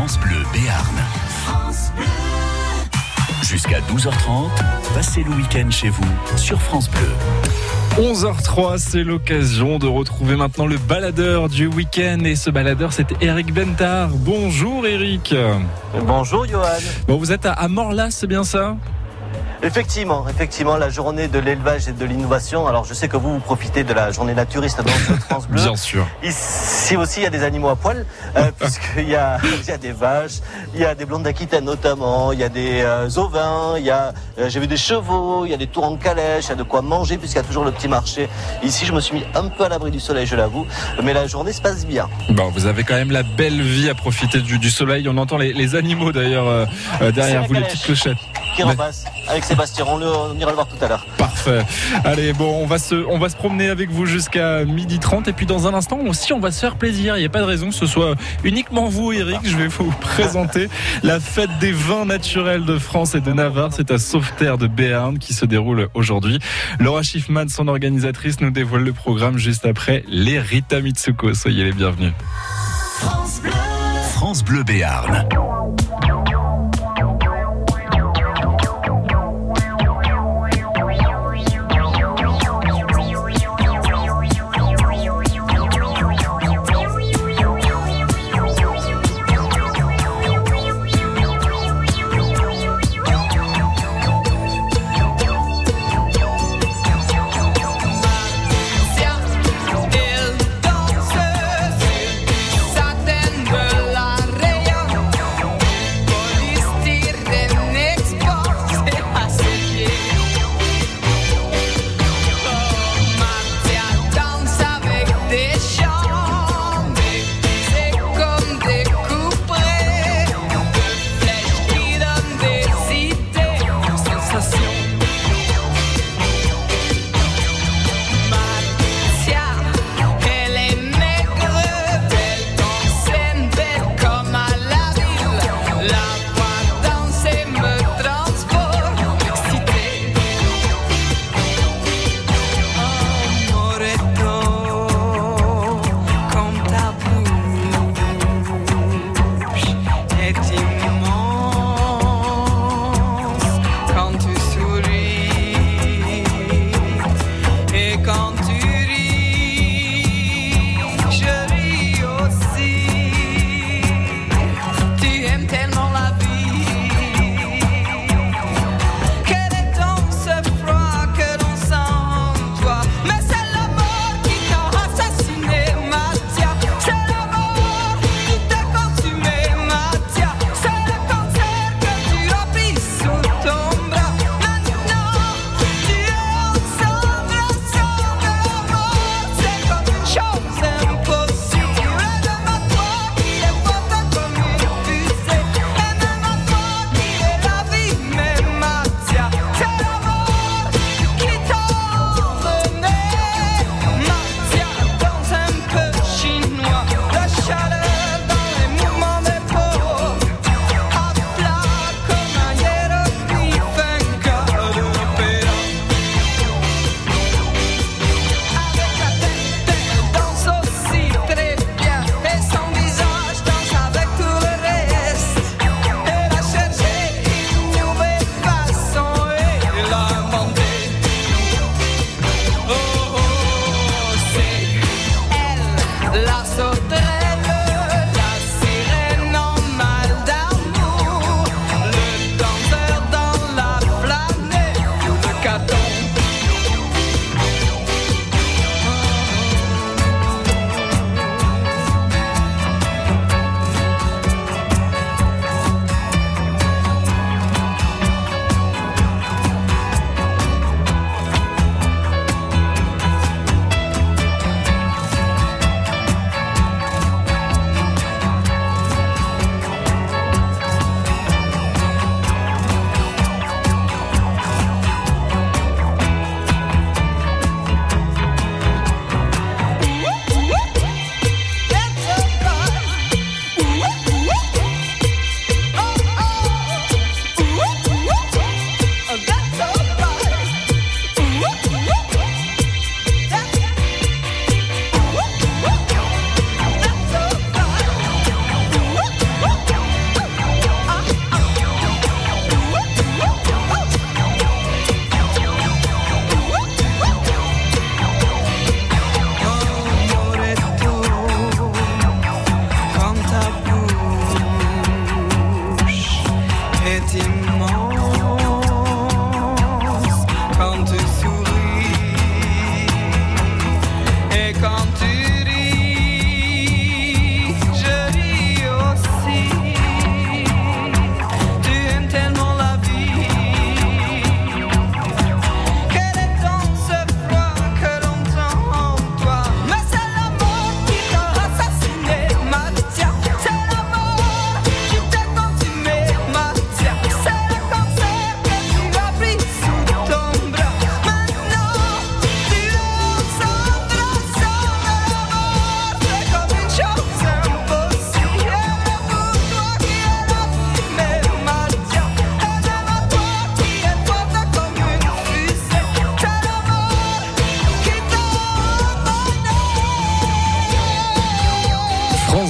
France Bleu Béarn. France Bleu. Jusqu'à 12h30, passez le week-end chez vous sur France Bleu. 11h03, c'est l'occasion de retrouver maintenant le baladeur du week-end. Et ce baladeur, c'est Eric Bentard. Bonjour Eric. Bonjour Johan. Bon, vous êtes à Morlas, c'est bien ça ? Effectivement, la journée de l'élevage et de l'innovation. Alors je sais que vous profitez de la journée naturiste dans France Bleu. Bien sûr. Ici aussi il y a des animaux à poil, puisqu'il y a des vaches, il y a des blondes d'Aquitaine notamment, il y a des ovins, j'ai vu des chevaux, il y a des tours en calèche, il y a de quoi manger puisqu'il y a toujours le petit marché. Ici je me suis mis un peu à l'abri du soleil, je l'avoue, mais la journée se passe bien. Bon, vous avez quand même la belle vie à profiter du soleil. On entend les animaux d'ailleurs derrière vous, les petites clochettes. Qui repasse avec Sébastien, on ira le voir tout à l'heure. Parfait. Allez, bon, on va se promener avec vous jusqu'à 12h30 et puis dans un instant aussi on va se faire plaisir. Il n'y a pas de raison que ce soit uniquement vous Eric. Je vais vous présenter la fête des vins naturels de France et de Navarre. C'est à Sauveterre de Béarn qui se déroule aujourd'hui. Laura Schiffman, son organisatrice, nous dévoile le programme juste après les Rita Mitsuko. Soyez les bienvenus. France Bleu, France Bleu Béarn.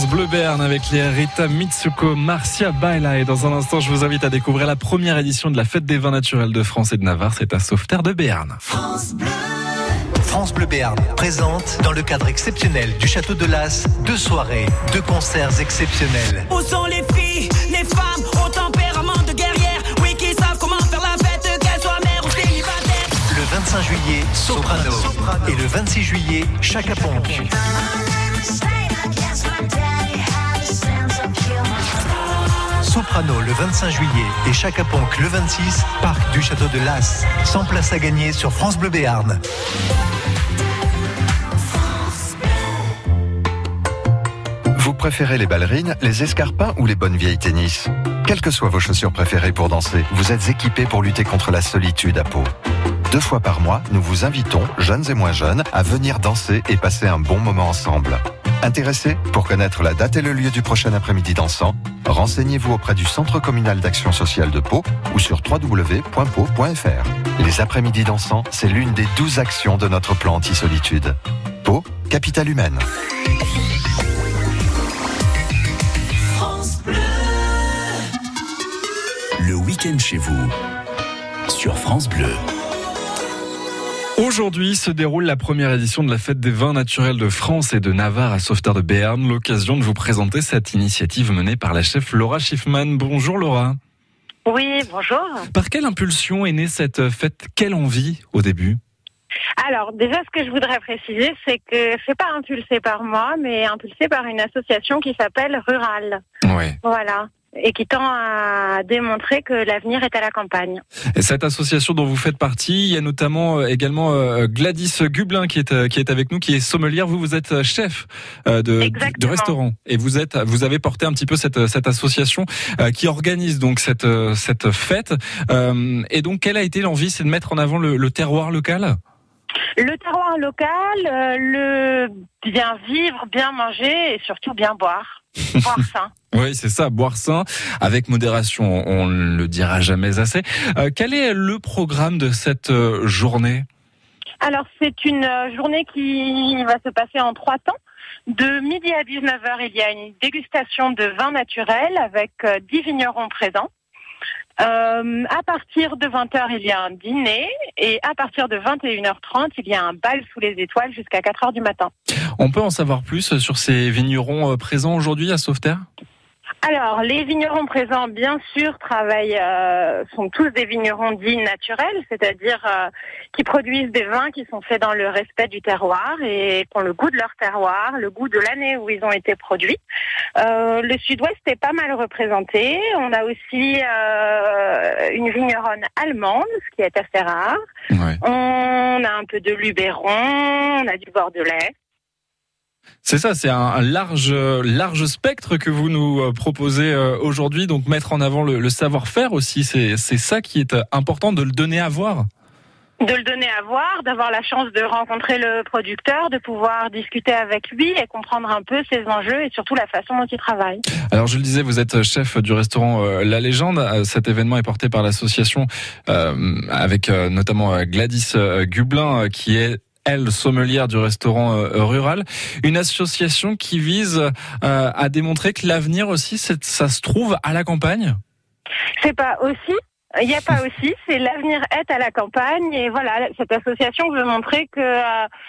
Bleu Béarn avec les Rita Mitsuko, Marcia Baila. Et dans un instant, je vous invite à découvrir la première édition de la Fête des vins naturels de France et de Navarre. C'est à Sauveterre de Béarn. France Bleu Béarn présente, dans le cadre exceptionnel du Château de Las, 2 soirées, 2 concerts exceptionnels. Où sont les filles, les femmes au tempérament de guerrière, oui, qui savent comment faire la fête, qu'elles soient mères ou célibataires. Le 25 juillet, Soprano. Et le 26 juillet, Chaka Ponk. Soprano le 25 juillet et Chaka Ponk le 26, parc du Château de Las. 100 places à gagner sur France Bleu Béarn. Vous préférez les ballerines, les escarpins ou les bonnes vieilles tennis ? Quelles que soient vos chaussures préférées pour danser, vous êtes équipés pour lutter contre la solitude à Pau. 2 fois par mois, nous vous invitons, jeunes et moins jeunes, à venir danser et passer un bon moment ensemble. Intéressés ? Pour connaître la date et le lieu du prochain après-midi dansant, renseignez-vous auprès du Centre communal d'action sociale de Pau ou sur www.pau.fr. Les après-midi dansants, c'est l'une des 12 actions de notre plan anti-solitude. Pau, capitale humaine. Le week-end chez vous, sur France Bleu. Aujourd'hui se déroule la première édition de la Fête des vins naturels de France et de Navarre à Sauveterre de Béarn. L'occasion de vous présenter cette initiative menée par la chef Laura Schiffman. Bonjour Laura. Oui, bonjour. Par quelle impulsion est née cette fête ? Quelle envie au début ? Alors, déjà, ce que je voudrais préciser, c'est que c'est pas impulsé par moi, mais impulsé par une association qui s'appelle Rural. Oui. Voilà. Et qui tend à démontrer que l'avenir est à la campagne. Et cette association dont vous faites partie, il y a notamment également Gladys Gublin qui est avec nous, qui est sommelière. Vous êtes chef de restaurant et vous avez porté un petit peu cette association qui organise donc cette fête. Et donc, quelle a été l'envie ? C'est de mettre en avant le terroir local ? Le terroir local, le bien vivre, bien manger et surtout bien boire. Boire sain. Oui, c'est ça, boire sain, avec modération, on ne le dira jamais assez. Quel est le programme de cette journée ? Alors, c'est une journée qui va se passer en 3 temps. De midi à 19h, il y a une dégustation de vin naturel avec 10 vignerons présents. À partir de 20h, il y a un dîner et à partir de 21h30, il y a un bal sous les étoiles jusqu'à 4h du matin. On peut en savoir plus sur ces vignerons présents aujourd'hui à Sauveterre ? Alors, les vignerons présents, bien sûr, sont tous des vignerons dits naturels, c'est-à-dire qui produisent des vins qui sont faits dans le respect du terroir et qui ont le goût de leur terroir, le goût de l'année où ils ont été produits. Le Sud-Ouest est pas mal représenté. On a aussi une vigneronne allemande, ce qui est assez rare. Ouais. On a un peu de Luberon, on a du Bordelais. C'est ça, c'est un large spectre que vous nous proposez aujourd'hui, donc mettre en avant le savoir-faire aussi, c'est ça qui est important, de le donner à voir. De le donner à voir, d'avoir la chance de rencontrer le producteur, de pouvoir discuter avec lui et comprendre un peu ses enjeux et surtout la façon dont il travaille. Alors je le disais, vous êtes chef du restaurant La Légende. Cet événement est porté par l'association avec notamment Gladys Gublin qui est elle, sommelière du restaurant Rural, une association qui vise à démontrer que l'avenir aussi, ça se trouve à la campagne. C'est pas aussi. Il n'y a pas aussi, c'est l'avenir est à la campagne et voilà, cette association veut montrer que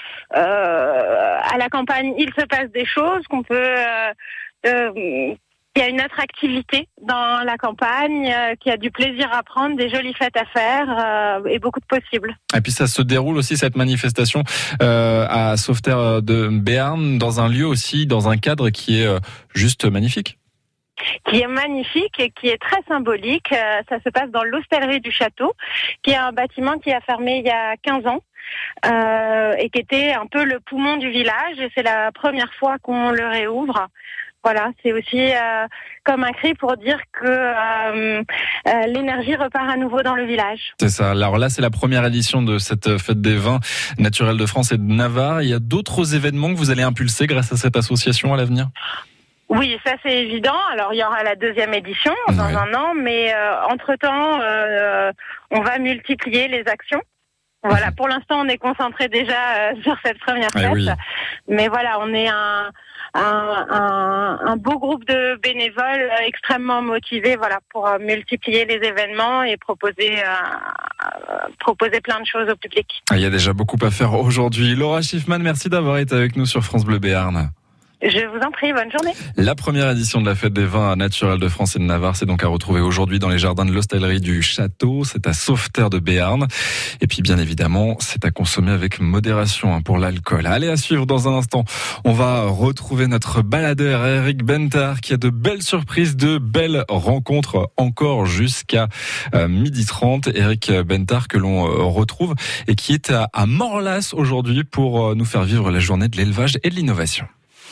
à la campagne il se passe des choses, qu'on peut il y a une attractivité dans la campagne, qu'il y a du plaisir à prendre, des jolies fêtes à faire et beaucoup de possibles. Et puis ça se déroule aussi cette manifestation à Sauveterre de Béarn dans un lieu aussi, dans un cadre qui est juste magnifique. Qui est magnifique et qui est très symbolique. Ça se passe dans l'hostellerie du château, qui est un bâtiment qui a fermé il y a 15 ans et qui était un peu le poumon du village. Et c'est la première fois qu'on le réouvre. Voilà, c'est aussi comme un cri pour dire que l'énergie repart à nouveau dans le village. C'est ça. Alors là, c'est la première édition de cette fête des vins naturels de France et de Navarre. Il y a d'autres événements que vous allez impulser grâce à cette association à l'avenir ? Oui, ça c'est évident. Alors il y aura la 2e édition dans un an, mais entre-temps, on va multiplier les actions. Voilà, pour l'instant on est concentré déjà sur cette première fête. Oui. Mais voilà, on est un beau groupe de bénévoles extrêmement motivés, voilà, pour multiplier les événements et proposer plein de choses au public. Il y a déjà beaucoup à faire aujourd'hui. Laura Schiffman, merci d'avoir été avec nous sur France Bleu Béarn. Je vous en prie, bonne journée. La première édition de la fête des vins naturels de France et de Navarre, c'est donc à retrouver aujourd'hui dans les jardins de l'hostellerie du Château. C'est à Sauveterre de Béarn. Et puis bien évidemment, c'est à consommer avec modération pour l'alcool. Allez, à suivre dans un instant. On va retrouver notre baladeur Eric Bentard qui a de belles surprises, de belles rencontres encore jusqu'à 12h30. Eric Bentard que l'on retrouve et qui est à Morlas aujourd'hui pour nous faire vivre la journée de l'élevage et de l'innovation.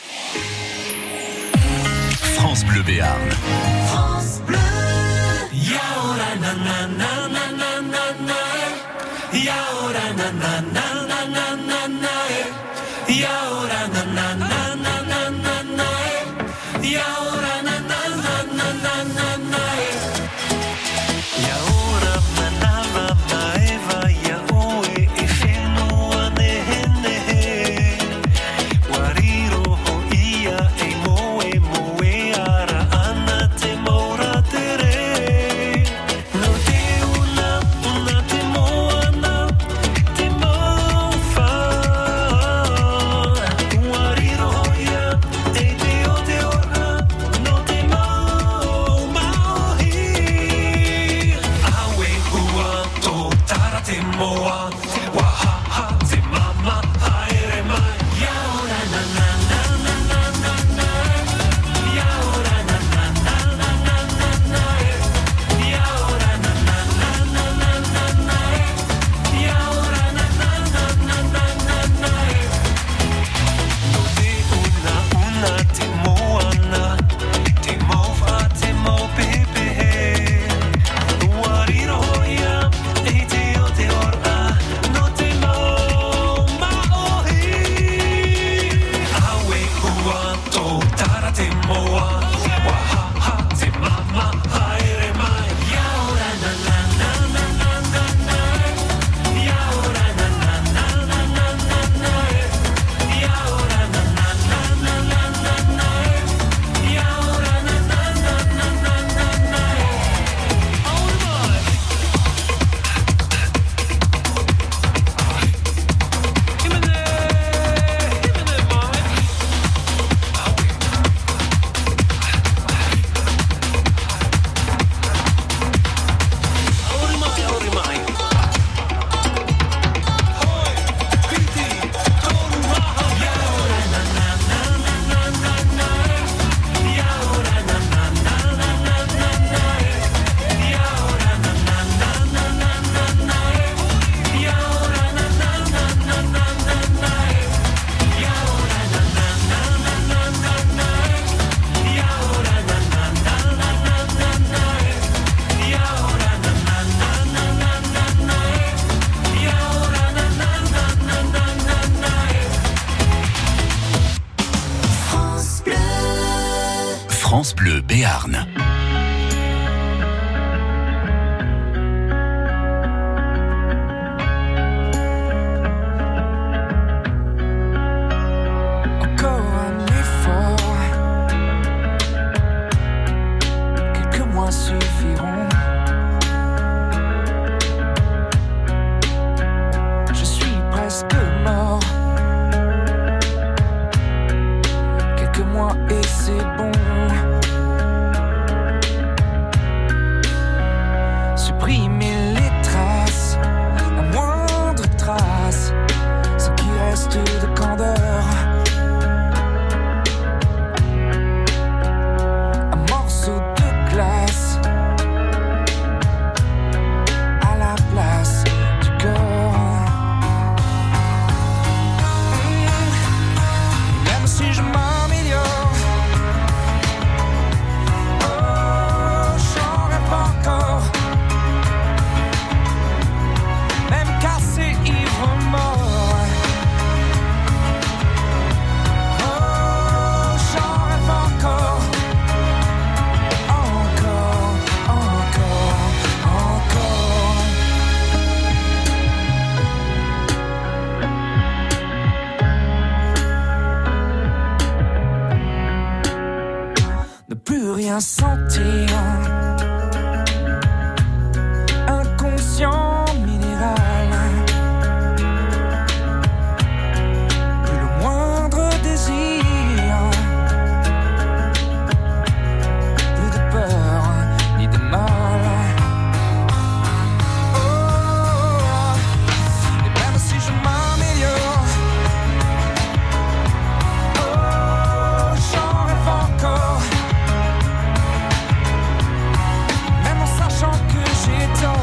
France Bleu Béarn. France Bleu. Yaora na na na na na na na. Yaora na na na na na na na. Yaora na na na na na na na. Yaora na na na na na na na. Yaora na na na na eva yaoe ifeno anehene. Wariro ho ia e moe moe ara anate mora tere. No te una te moana te mofa. Wariro ho ia e te o te ora no te mo maohi. Awe hua to tara te moa. Wahaha te mama haere mai. Yaora na na na na na na na. Yaora na na na na na na na. Yaora na na na na na na na. Yaora na na na na na na na. No te una te moana. Te mofa te mo pepe. Wariro ia e te o te ora no te mo maohi. Awe hua to tara te moa. Wahaha te mama haere mai. Yaora na na na na na na na. Yaora na na na na na na na. Yaora na na na na na na na. Yaora na na na na na na na. Oh my. Give me that, man. Ori mai. Hoi, piti, toru maha. Yaora na na na na na na na. Yaora na na na na na na na. Yaora na na na na na na na. Yaora na na na na na na na. Yaora na na na na na na na. Yaora na na na na na na na. Yaora na na na na na na na. Yaora na na na na na na na. France Bleu. France Bleu Béarn. Encore un effort. Quelques mois suffiront. Je suis presque mort. Quelques mois et c'est bon. Supprimer les traces, la moindre trace, ce qui reste de candeur. Un morceau de glace à la place du cœur. Même si je m'améliore, rien sentir. Inconscient minéral, plus le moindre désir, plus de peur ni de mal. Oh, et même si je m'améliore, oh, j'en rêve encore, même en sachant que j'ai tort.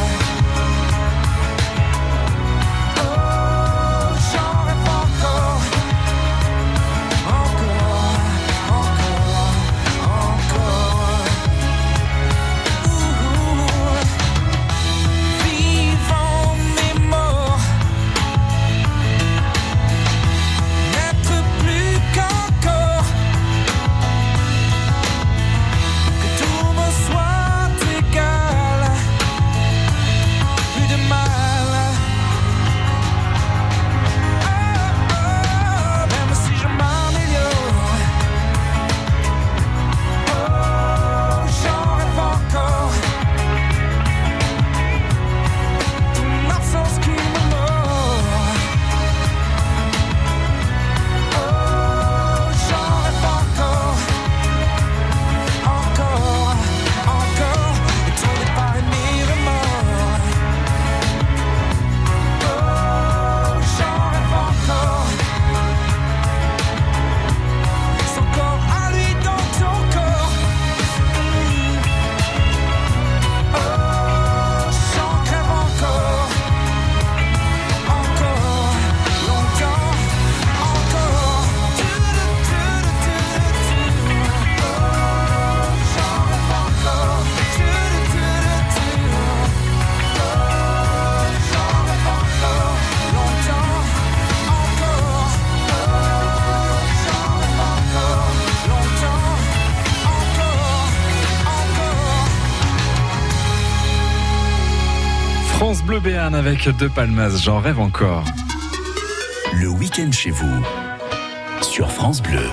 France Bleu Béarn avec De Palmas, j'en rêve encore. Le week-end chez vous, sur France Bleu.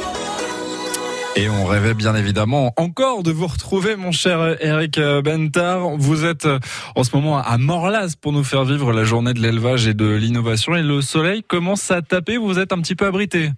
Et on rêvait bien évidemment encore de vous retrouver, mon cher Eric Bentard. Vous êtes en ce moment à Morlas pour nous faire vivre la journée de l'élevage et de l'innovation. Et le soleil commence à taper, vous êtes un petit peu abrité.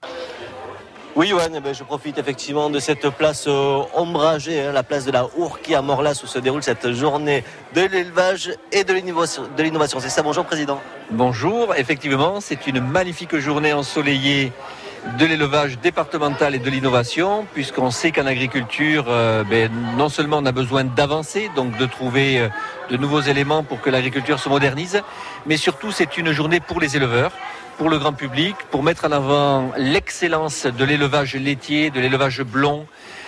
Oui, Johan, je profite effectivement de cette place ombragée, la place de la Hourquie à Morlas, où se déroule cette journée de l'élevage et de l'innovation. C'est ça, bonjour Président. Bonjour, effectivement, c'est une magnifique journée ensoleillée de l'élevage départemental et de l'innovation, puisqu'on sait qu'en agriculture, non seulement on a besoin d'avancer, donc de trouver de nouveaux éléments pour que l'agriculture se modernise, mais surtout c'est une journée pour les éleveurs, pour le grand public, pour mettre en avant l'excellence de l'élevage laitier, de l'élevage blond,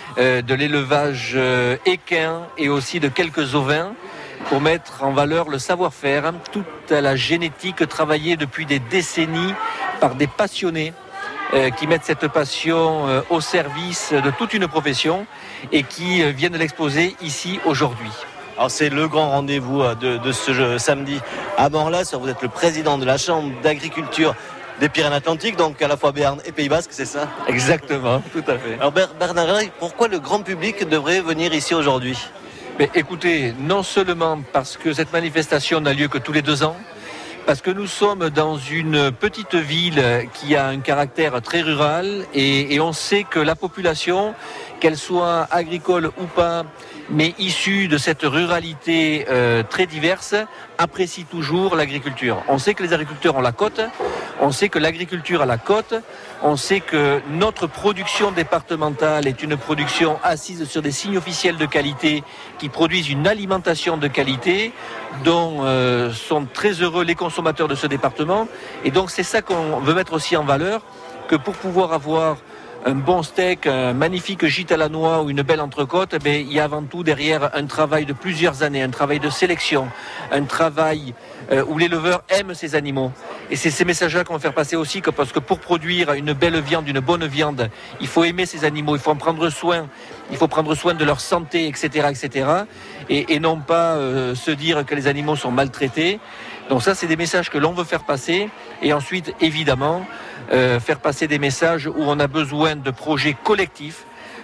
de l'élevage équin et aussi de quelques ovins, pour mettre en valeur le savoir-faire, toute la génétique travaillée depuis des décennies par des passionnés qui mettent cette passion au service de toute une profession et qui viennent l'exposer ici aujourd'hui. Alors c'est le grand rendez-vous de ce samedi à Morlas. Vous êtes le président de la Chambre d'agriculture des Pyrénées-Atlantiques, donc à la fois Béarn et Pays Basque, c'est ça ? Exactement, tout à fait. Alors Bernard, pourquoi le grand public devrait venir ici aujourd'hui ? Mais écoutez, non seulement parce que cette manifestation n'a lieu que tous les 2 ans, parce que nous sommes dans une petite ville qui a un caractère très rural et on sait que la population, qu'elle soit agricole ou pas, mais issue de cette ruralité très diverse, apprécie toujours l'agriculture. On sait que les agriculteurs ont la côte, on sait que l'agriculture a la côte, on sait que notre production départementale est une production assise sur des signes officiels de qualité qui produisent une alimentation de qualité dont sont très heureux les consommateurs de ce département. Et donc c'est ça qu'on veut mettre aussi en valeur, que pour pouvoir avoir un bon steak, un magnifique gîte à la noix ou une belle entrecôte, il y a avant tout derrière un travail de plusieurs années, un travail de sélection, un travail où l'éleveur aime ses animaux. Et c'est ces messages-là qu'on va faire passer aussi, parce que pour produire une belle viande, une bonne viande, il faut aimer ses animaux, il faut en prendre soin, il faut prendre soin de leur santé, etc., etc. Et non pas se dire que les animaux sont maltraités. Donc ça, c'est des messages que l'on veut faire passer. Et ensuite, évidemment, faire passer des messages où on a besoin de projets collectifs,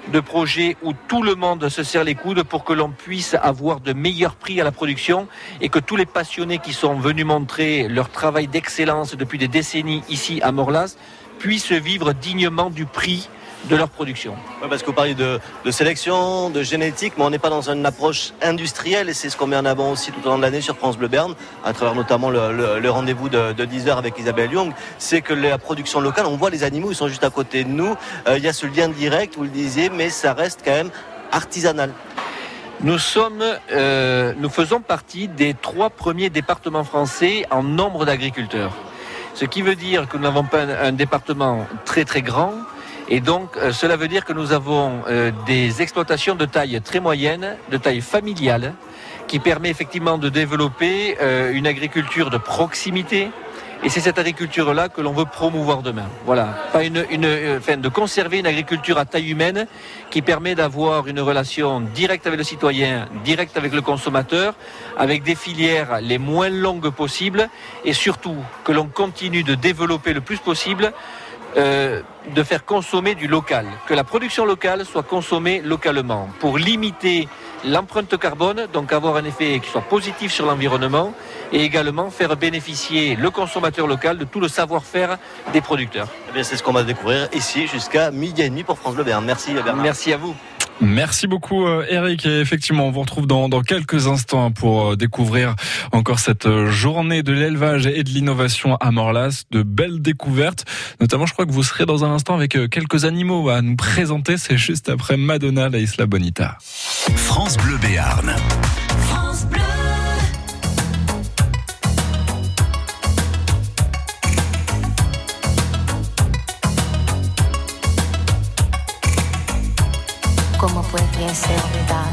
de projets où tout le monde se serre les coudes pour que l'on puisse avoir de meilleurs prix à la production et que tous les passionnés qui sont venus montrer leur travail d'excellence depuis des décennies ici à Morlas puissent vivre dignement du prix de leur production. Ouais, parce que vous parlez de sélection, de génétique, mais on n'est pas dans une approche industrielle et c'est ce qu'on met en avant aussi tout au long de l'année sur France Bleu Béarn, à travers notamment le rendez-vous de 10h avec Isabelle Young, c'est que la production locale, on voit les animaux, ils sont juste à côté de nous, il y a ce lien direct, vous le disiez, mais ça reste quand même artisanal. Nous faisons partie des 3 premiers départements français en nombre d'agriculteurs. Ce qui veut dire que nous n'avons pas un département très très grand. Et donc, cela veut dire que nous avons des exploitations de taille très moyenne, de taille familiale, qui permet effectivement de développer une agriculture de proximité. Et c'est cette agriculture-là que l'on veut promouvoir demain. Voilà, pas de conserver une agriculture à taille humaine qui permet d'avoir une relation directe avec le citoyen, directe avec le consommateur, avec des filières les moins longues possibles, et surtout que l'on continue de développer le plus possible. De faire consommer du local, que la production locale soit consommée localement pour limiter l'empreinte carbone, donc avoir un effet qui soit positif sur l'environnement et également faire bénéficier le consommateur local de tout le savoir-faire des producteurs. Eh bien, c'est ce qu'on va découvrir ici jusqu'à 12h30 pour France Bleu Béarn. Merci Bernard. Merci à vous. Merci beaucoup Eric, et effectivement on vous retrouve dans quelques instants pour découvrir encore cette journée de l'élevage et de l'innovation à Morlas, de belles découvertes, notamment je crois que vous serez dans un instant avec quelques animaux à nous présenter, c'est juste après Madonna, la Isla Bonita. France Bleu Béarn. France Bleu. ¿Cómo pudiese olvidar?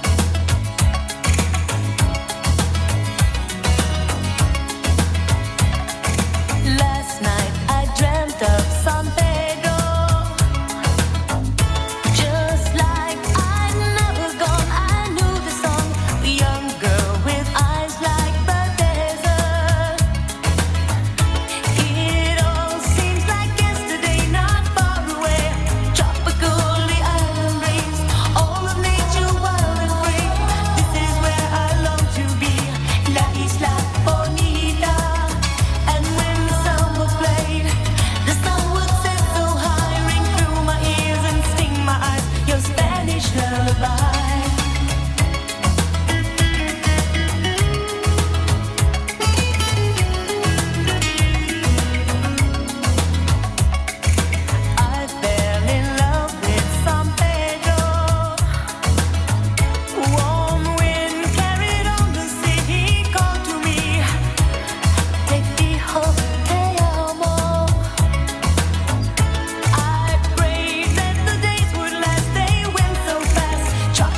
Last night I dreamt of San Pedro, just like I'd never gone. I knew the song, the young girl with eyes like the desert. It all seems like yesterday, not far away. Tropical, the island breeze, all of nature wild and free. This is where I long to be, La Isla Bonita. And when the sun was played, the sun would set so high, ring through my ears and sting my eyes, your Spanish lullaby. I fell in love with San Pedro. Warm wind carried on the sea. He called to me, te dijo te amo. I prayed that the days would last. They went so fast.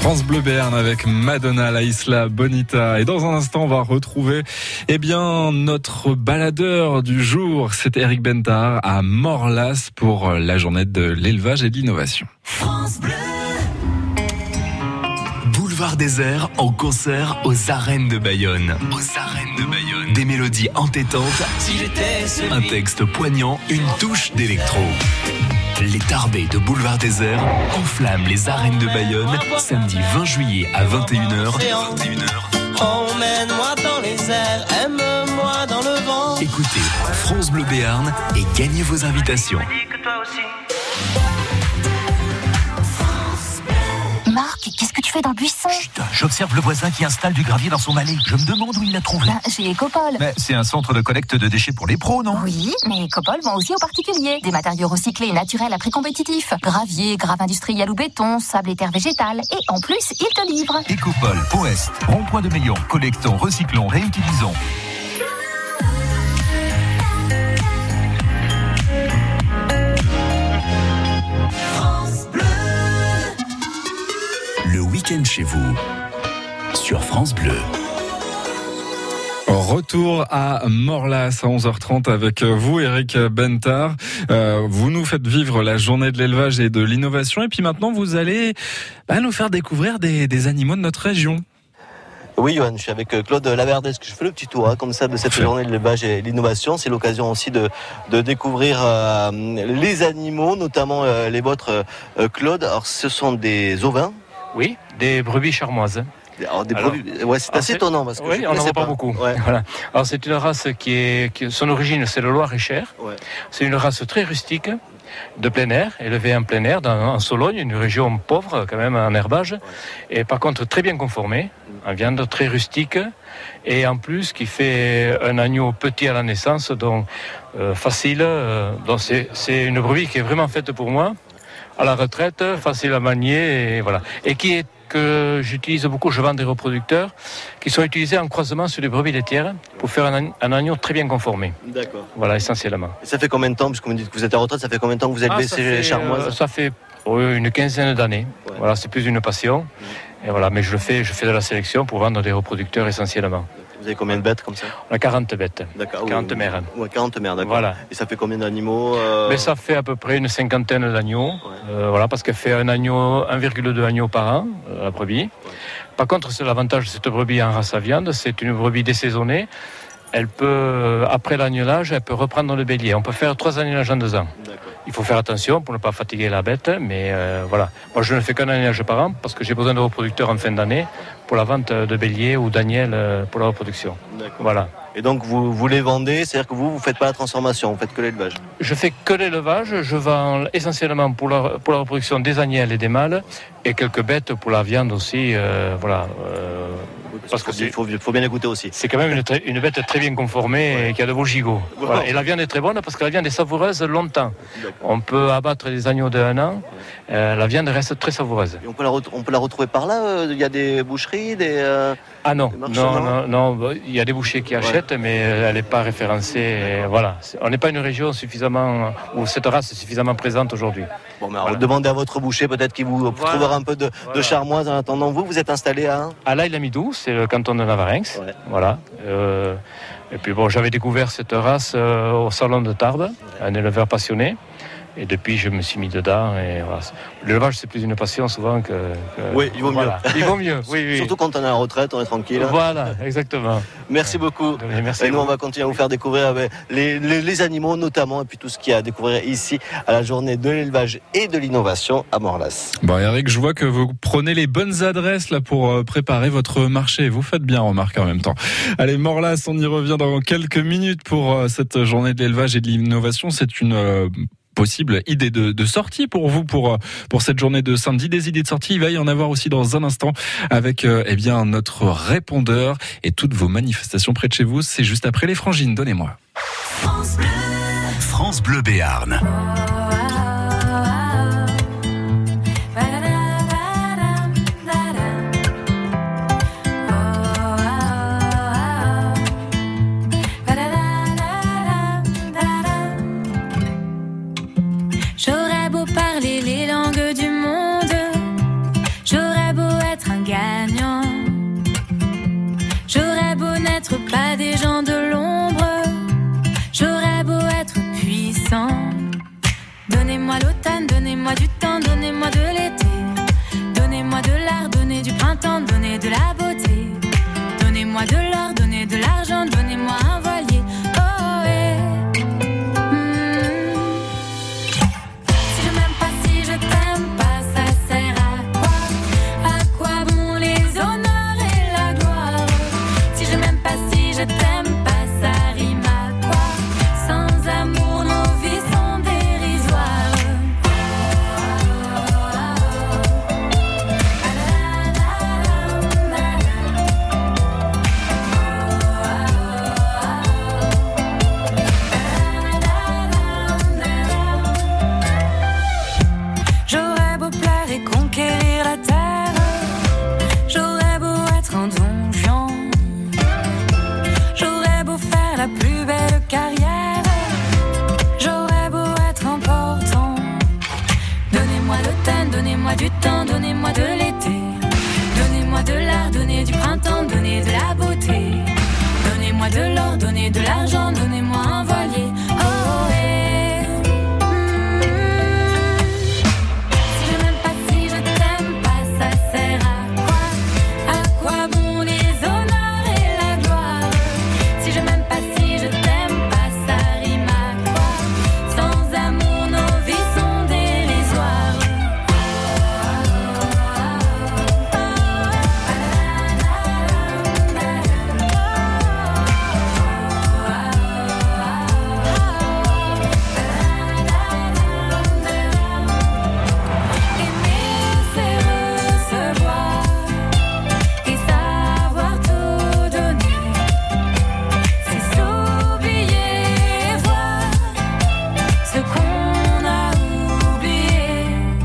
France Bleu Béarn avec Madonna, La Isla Bonita. Et dans un instant, on va retrouver, notre baladeur du jour. C'est Eric Bentard à Morlas pour la journée de l'élevage et de l'innovation. France Bleu. Boulevard Désert en concert aux Arènes de Bayonne. Des mélodies entêtantes, un texte poignant, une touche d'électro. Les Tarbés de Boulevard Désert enflamment les Arènes de Bayonne samedi 20 juillet à 21h. Emmène-moi dans les airs, aime-moi dans le vent. Écoutez France Bleu Béarn et gagnez vos invitations. Marc, qu'est-ce que tu fais dans le buisson? Chut, j'observe le voisin qui installe du gravier dans son allée. Je me demande où il l'a trouvé. Chez Ecopol. Mais c'est un centre de collecte de déchets pour les pros, non? Oui, mais Ecopol vend aussi aux particuliers. Des matériaux recyclés et naturels à prix compétitif. Gravier, grave industriel ou béton, sable et terre végétale. Et en plus, ils te livrent. Ecopol, Pau Est, rond-point de Meillon. Collectons, recyclons, réutilisons. Le week-end chez vous sur France Bleu. Retour à Morlas à 11h30 avec vous, Eric Bentard. Vous nous faites vivre la journée de l'élevage et de l'innovation. Et puis maintenant, vous allez nous faire découvrir des animaux de notre région. Oui, Johan, je suis avec Claude Laverdesque. Je fais le petit tour comme ça de cette journée de l'élevage et l'innovation. C'est l'occasion aussi de découvrir les animaux, notamment les vôtres, Claude. Alors, ce sont des ovins. Oui, des brebis charmoises. Alors, brebis, c'est assez étonnant parce que oui, on n'en voit pas beaucoup. Ouais. Voilà. Alors c'est une race qui son origine c'est le Loir-et-Cher. Ouais. C'est une race très rustique, de plein air, élevée en plein air en Sologne, une région pauvre quand même en herbage, et par contre très bien conformée, en viande très rustique, et en plus qui fait un agneau petit à la naissance, donc facile. Donc c'est une brebis qui est vraiment faite pour moi. À la retraite, facile à manier, et voilà. Et que j'utilise beaucoup, je vends des reproducteurs qui sont utilisés en croisement sur les brebis laitières pour faire un agneau très bien conformé. D'accord. Voilà, essentiellement. Et ça fait combien de temps, puisque vous me dites que vous êtes à retraite, ça fait combien de temps que vous élevez ces charmoises? Ça fait une quinzaine d'années. Ouais. Voilà, c'est plus une passion. Et voilà, mais je fais de la sélection pour vendre des reproducteurs essentiellement. Vous avez combien de bêtes comme ça? On a 40 bêtes. D'accord. 40 mères. Ouais, 40 mères, d'accord. Voilà. Et ça fait combien d'animaux Mais ça fait à peu près une cinquantaine d'agneaux. Ouais. Voilà, parce qu'elle fait 1,2 agneaux par an, la brebis. Ouais. Par contre, c'est l'avantage de cette brebis en race à viande, c'est une brebis désaisonnée. Elle peut, après l'agnelage, elle peut reprendre le bélier. On peut faire 3 agnelages en 2 ans. D'accord. Il faut faire attention pour ne pas fatiguer la bête, mais voilà. Moi, je ne fais qu'un agnelage par an parce que j'ai besoin de reproducteurs en fin d'année pour la vente de bélier ou d'agnelle pour la reproduction. D'accord. Voilà. Et donc, vous les vendez, c'est-à-dire que vous ne faites pas la transformation, vous faites que l'élevage? Je fais que l'élevage, je vends essentiellement pour la reproduction des agnelles et des mâles, et quelques bêtes pour la viande aussi, voilà. Parce qu'il faut bien écouter aussi. C'est quand même une bête très bien conformée et qui a de beaux gigots. Voilà. Et la viande est très bonne parce que la viande est savoureuse longtemps. D'accord. On peut abattre des agneaux de 1 an, la viande reste très savoureuse. Et on peut la retrouver par là? Il y a des boucheries, Ah non, non, il y a des bouchers qui achètent, mais elle n'est pas référencée. Et voilà. On n'est pas une région suffisamment où cette race est suffisamment présente aujourd'hui. Bon, mais alors, demandez à votre boucher, peut-être qu'il vous trouvera un peu de charmoise en attendant. Vous êtes installé à l'Aïle-Amidou, c'est le canton de Navarinx. Ouais. Voilà. Et puis bon, j'avais découvert cette race au salon de Tarbes, un éleveur passionné. Et depuis, je me suis mis dedans. Et voilà. L'élevage, c'est plus une passion souvent que... Oui, il vaut mieux. Il vaut mieux, oui. Surtout quand on est en retraite, on est tranquille. Voilà, exactement. Merci beaucoup. Merci. Et nous, on va continuer à vous faire découvrir les animaux, notamment, et puis tout ce qu'il y a à découvrir ici, à la journée de l'élevage et de l'innovation à Morlas. Bon, Eric, je vois que vous prenez les bonnes adresses là pour préparer votre marché. Vous faites bien, remarquer en même temps. Allez, Morlas, on y revient dans quelques minutes pour cette journée de l'élevage et de l'innovation. C'est une... possible idée de sortie pour vous pour cette journée de samedi. Des idées de sortie, il va y en avoir aussi dans un instant avec notre répondeur et toutes vos manifestations près de chez vous. C'est juste après les Frangines. Donnez-moi. France Bleu Béarn. J'aurais beau parler les langues du monde, j'aurais beau être printemps, donnez de la beauté. Donnez-moi de l'or, donnez de l'argent, donnez-moi un voilier. Oh, eh. Si je m'aime pas, si je t'aime pas, ça sert à quoi? À quoi bon les honneurs et la gloire? Si je m'aime pas, si je t'aime pas, ça rime à quoi? Sans amour, nos vies sont dérisoires. J'aurais beau plaire et conquérir la terre, j'aurais beau être un don Juan, j'aurais beau faire la plus belle carrière, j'aurais beau être important. Donnez-moi l'automne, donnez-moi du temps, donnez-moi de l'été, donnez-moi de l'art, donnez du printemps, donnez de la beauté, donnez-moi de l'or, donnez de l'argent, donnez-moi un voilier. Oh, eh. Si je m'aime pas, si je t'aime pas, ça sert à quoi? À quoi bon les honneurs et la gloire? Si je m'aime pas, si je t'aime pas, ça rime à quoi? Sans amour, nos vies sont dérisoires. Aimer, c'est recevoir et savoir tout donner. C'est s'oublier et voir ce qu'on a oublié.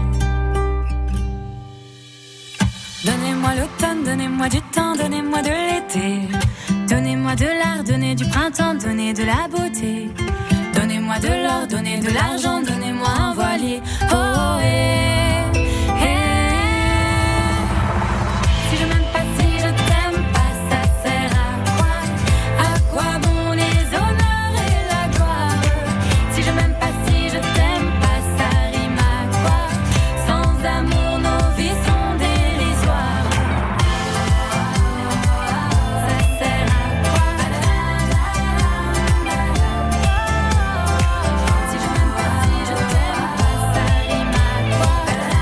Donnez-moi l'automne, donnez-moi du temps, donnez-moi de l'été. Donnez-moi de l'art, donnez du printemps, donnez de la beauté. Donnez-moi de l'or, donnez de l'argent, donnez-moi un voilier. Oh, eh, eh. Si je m'aime pas, si je t'aime pas, ça sert à quoi? À quoi bon les honneurs et la gloire? Si je m'aime pas, si je t'aime pas, ça rime à quoi? Sans amour, nos vies sont dérisoires. Ça sert à quoi? Si je m'aime pas, si je t'aime pas, ça rime à quoi?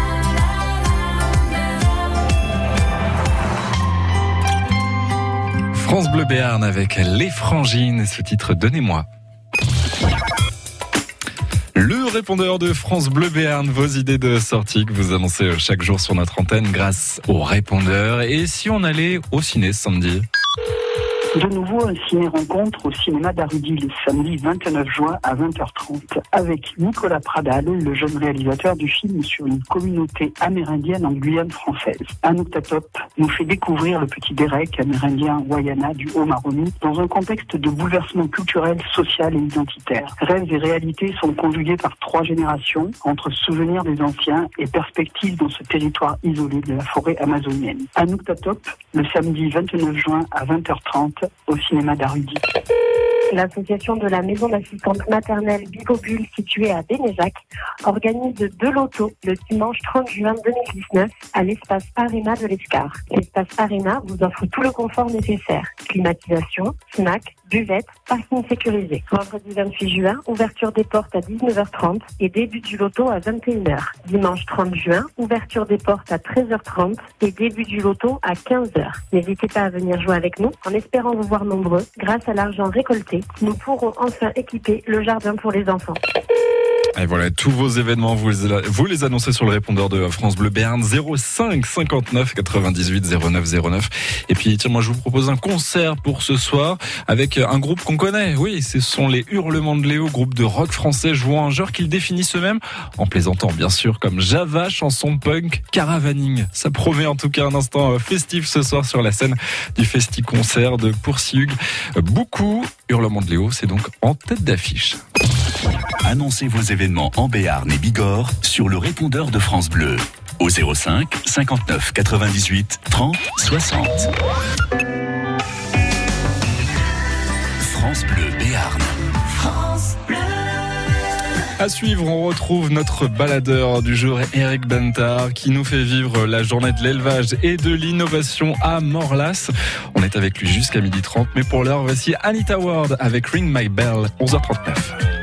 France Bleu Béarn avec Les Frangines, ce titre Donnez-moi. Le répondeur de France Bleu Béarn, vos idées de sortie que vous annoncez chaque jour sur notre antenne grâce au répondeur. Et si on allait au ciné ce samedi? De nouveau, un ciné-rencontre au cinéma d'Arudi le samedi 29 juin à 20h30 avec Nicolas Pradal, le jeune réalisateur du film sur une communauté amérindienne en Guyane française. Anouk Tatop nous fait découvrir le petit Derek, amérindien Wayana du Haut-Maroni, dans un contexte de bouleversement culturel, social et identitaire. Rêves et réalités sont conjugués par 3 générations, entre souvenirs des anciens et perspectives dans ce territoire isolé de la forêt amazonienne. Anouk Tatop, le samedi 29 juin à 20h30 au cinéma d'Arudi. L'association de la maison d'assistante maternelle Bigobule située à Bénézac organise 2 lotos le dimanche 30 juin 2019 à l'espace Arena de l'Escar. L'espace Arena vous offre tout le confort nécessaire. Climatisation, snack, buvette, parking sécurisé. Vendredi 28 juin, ouverture des portes à 19h30 et début du loto à 21h. Dimanche 30 juin, ouverture des portes à 13h30 et début du loto à 15h. N'hésitez pas à venir jouer avec nous. En espérant vous voir nombreux, grâce à l'argent récolté, nous pourrons enfin équiper le jardin pour les enfants. Et voilà, tous vos événements, vous les annoncez sur le répondeur de France Bleu Béarn 05 59 98 09 09. Et puis tiens, moi je vous propose un concert pour ce soir avec un groupe qu'on connaît. Oui, ce sont les Hurlements de Léo, groupe de rock français jouant un genre qu'ils définissent eux-mêmes, en plaisantant bien sûr, comme Java, chanson punk, caravaning. Ça promet en tout cas un instant festif ce soir sur la scène du Festi-Concert de Poursihugues. Beaucoup Hurlements de Léo, c'est donc en tête d'affiche. Annoncez vos événements en Béarn et Bigorre sur le répondeur de France Bleu au 05 59 98 30 60. France Bleu Béarn. France Bleu. À suivre, on retrouve notre baladeur du jour, Eric Bentard, qui nous fait vivre la journée de l'élevage et de l'innovation à Morlas. On est avec lui jusqu'à 12h30, mais pour l'heure, voici Anita Ward avec Ring My Bell, 11h39.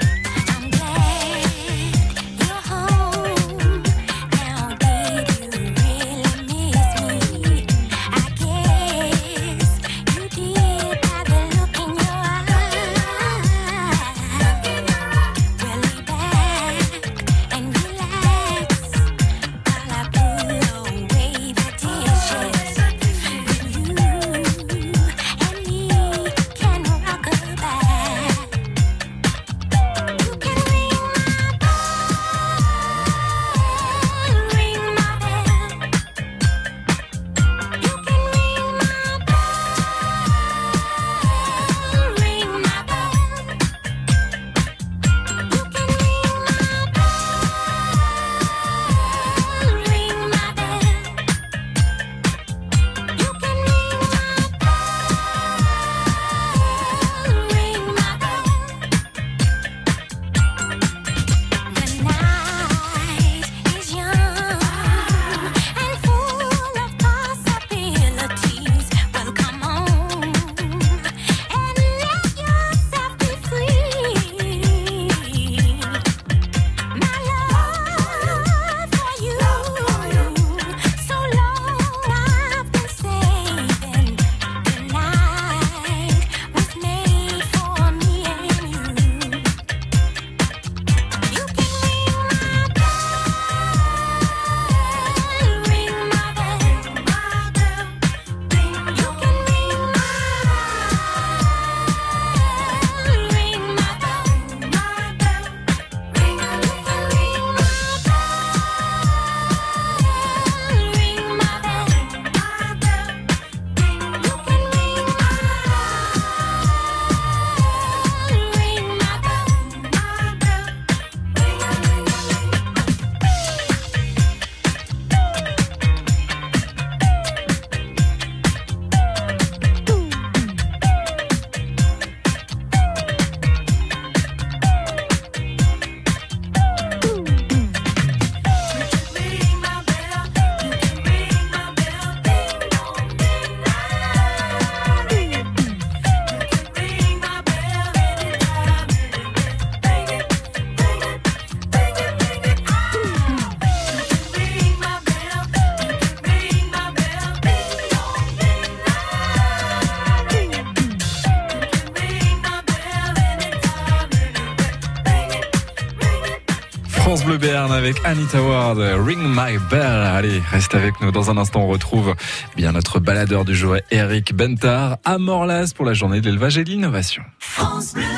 France Bleu Béarn avec Anita Ward, Ring My Bell. Allez, reste avec nous. Dans un instant, on retrouve bien notre baladeur du jour, Eric Bentard, à Morlas pour la journée de l'élevage et de l'innovation. France Bleu.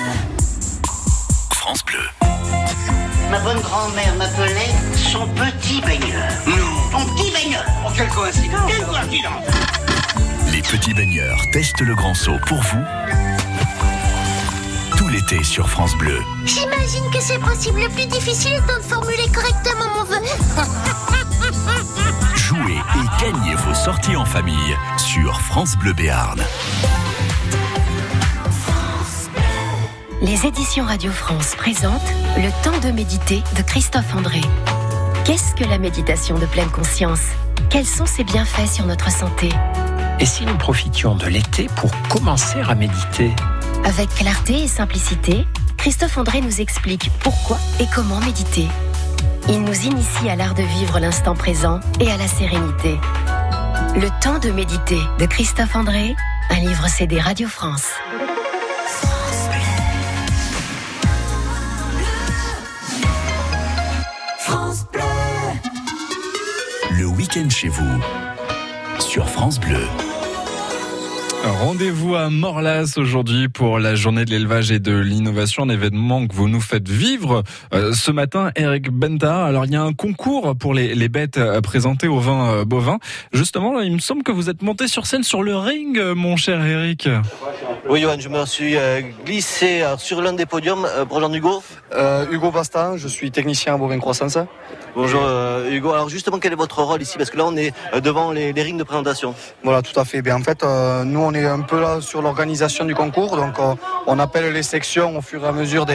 France Bleu. Ma bonne grand-mère m'appelait son petit baigneur. Ton petit baigneur. Oh, quelle coïncidence. Quelle coïncidence. Les petits baigneurs testent le grand saut pour vous. Tout l'été sur France Bleu. J'imagine que c'est possible. Le plus difficile étant de formuler correctement mon vœu. Jouez et gagnez vos sorties en famille sur France Bleu Béarn. Les éditions Radio France présentent Le temps de méditer de Christophe André. Qu'est-ce que la méditation de pleine conscience ? Quels sont ses bienfaits sur notre santé ? Et si nous profitions de l'été pour commencer à méditer ? Avec clarté et simplicité, Christophe André nous explique pourquoi et comment méditer. Il nous initie à l'art de vivre l'instant présent et à la sérénité. Le temps de méditer de Christophe André, un livre CD Radio France. France Bleu. Le week-end chez vous sur France Bleu. Rendez-vous à Morlas aujourd'hui pour la journée de l'élevage et de l'innovation, un événement que vous nous faites vivre ce matin, Eric Bentard. Alors il y a un concours pour les bêtes présentées au vin bovin. Justement, il me semble que vous êtes monté sur scène sur le ring, mon cher Eric. Oui, Johan, je me suis glissé sur l'un des podiums. Projean Hugo. Hugo Bastan, je suis technicien à bovin croissance. Bonjour Hugo. Alors justement, quel est votre rôle ici? Parce que là, on est devant les rings de présentation. Voilà, tout à fait. En fait, nous, on est un peu là sur l'organisation du concours. Donc, on appelle les sections au fur et à mesure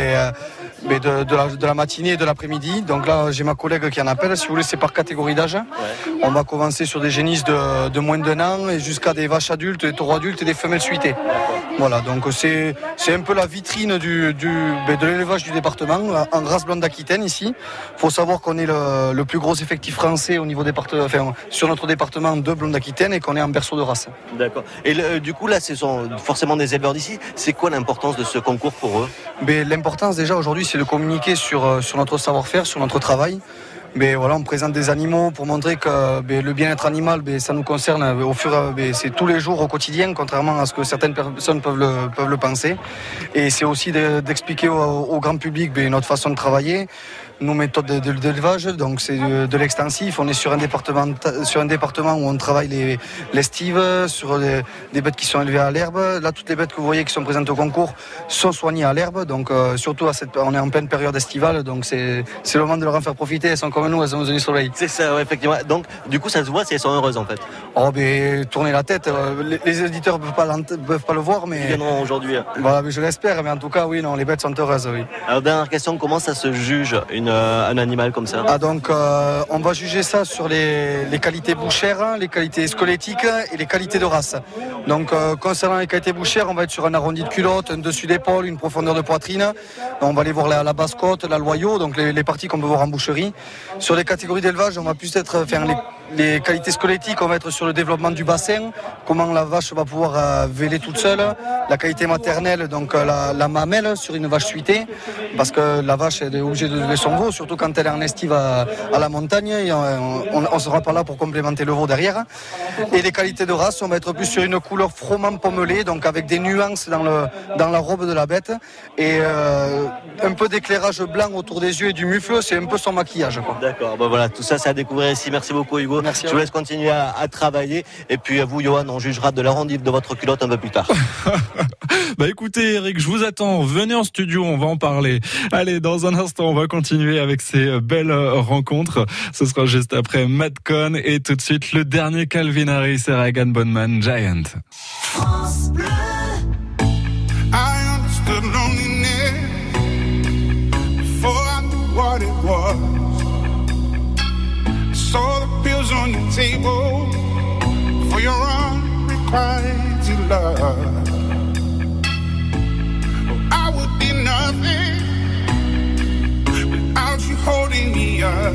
de la matinée et de l'après-midi. Donc là, j'ai ma collègue qui en appelle. Si vous voulez, c'est par catégorie d'âge. Ouais. On va commencer sur des génisses de moins d'un an et jusqu'à des vaches adultes, des taureaux adultes et des femelles suitées. Voilà, donc c'est un peu la vitrine de l'élevage du département en race blonde d'Aquitaine ici. Il faut savoir qu'on est le plus gros effectif français au niveau sur notre département de blonde d'Aquitaine et qu'on est en berceau de race. D'accord. Et du coup, là, ce sont forcément des éleveurs d'ici. C'est quoi l'importance de ce concours pour eux? L'importance déjà aujourd'hui, c'est de communiquer sur notre savoir-faire, sur notre travail. Mais voilà, on présente des animaux pour montrer que le bien-être animal, ça nous concerne au fur et à mesure, c'est tous les jours au quotidien, contrairement à ce que certaines personnes peuvent le penser. Et c'est aussi d'expliquer au grand public notre façon de travailler, nos méthodes d'élevage. Donc c'est de l'extensif. On est sur un département où on travaille l'estive, sur des bêtes qui sont élevées à l'herbe. Là, toutes les bêtes que vous voyez qui sont présentes au concours sont soignées à l'herbe. Donc surtout on est en pleine période estivale, donc c'est le moment de leur en faire profiter. Elles sont comme nous, elles ont besoin du soleil. C'est ça, ouais, effectivement. Donc du coup, ça se voit si elles sont heureuses en fait. Tournez la tête. Les éditeurs ne peuvent pas le voir, mais ils viendront aujourd'hui. Voilà, mais je l'espère. Mais en tout cas, oui, non, les bêtes sont heureuses, oui. Alors dernière question, comment ça se juge un animal comme ça? On va juger ça sur les qualités bouchères, les qualités squelettiques et les qualités de race. Donc concernant les qualités bouchères, on va être sur un arrondi de culotte, un dessus d'épaule, une profondeur de poitrine. On va aller voir la basse-côte, la loyau, donc les parties qu'on peut voir en boucherie. Sur les catégories d'élevage, on va plus les qualités squelettiques, on va être sur le développement du bassin, comment la vache va pouvoir véler toute seule, la qualité maternelle, donc la mamelle sur une vache suitée, parce que la vache elle est obligée de lever son veau, surtout quand elle est en estive à la montagne, et on sera pas là pour complémenter le veau derrière. Et les qualités de race, on va être plus sur une couleur froment pommelée, donc avec des nuances dans la robe de la bête, et un peu d'éclairage blanc autour des yeux et du mufle, c'est un peu son maquillage, quoi. D'accord, voilà, tout ça c'est à découvrir ici. Merci beaucoup Hugo. Merci. Je vous laisse continuer à travailler. Et puis à vous, Johan, on jugera de l'arrondi de votre culotte un peu plus tard. Écoutez, Eric, je vous attends. Venez en studio, on va en parler. Allez, dans un instant, on va continuer avec ces belles rencontres. Ce sera juste après Madcon et tout de suite le dernier Calvin Harris et Regan Bonman, Giant. France Bleu. I understood loneliness before I knew what it was. Saw the pills on your table for your unrequited love. Oh, I would be nothing without you holding me up.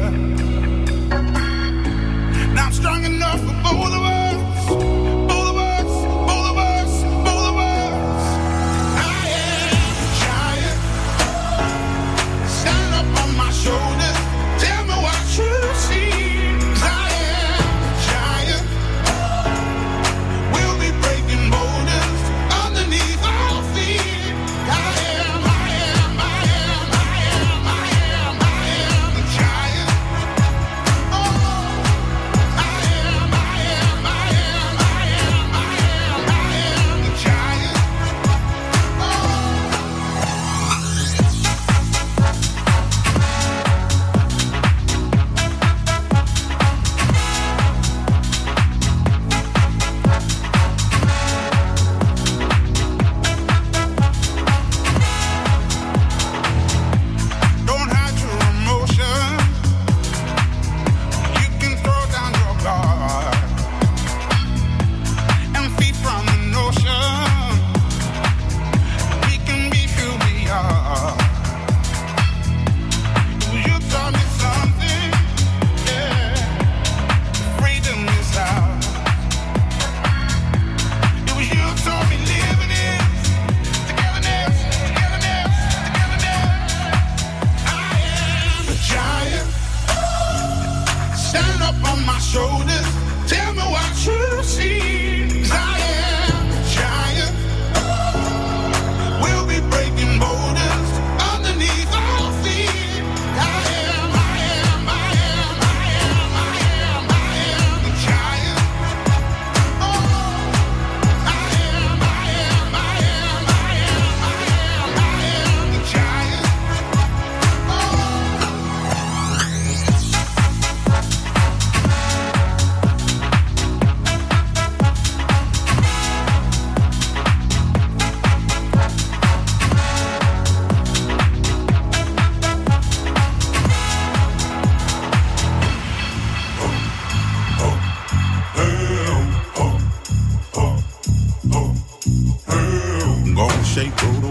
Now I'm strong enough for both of us. Both of us, both of us, both of us. I am a giant. Stand up on my shoulders. Tell me what you see.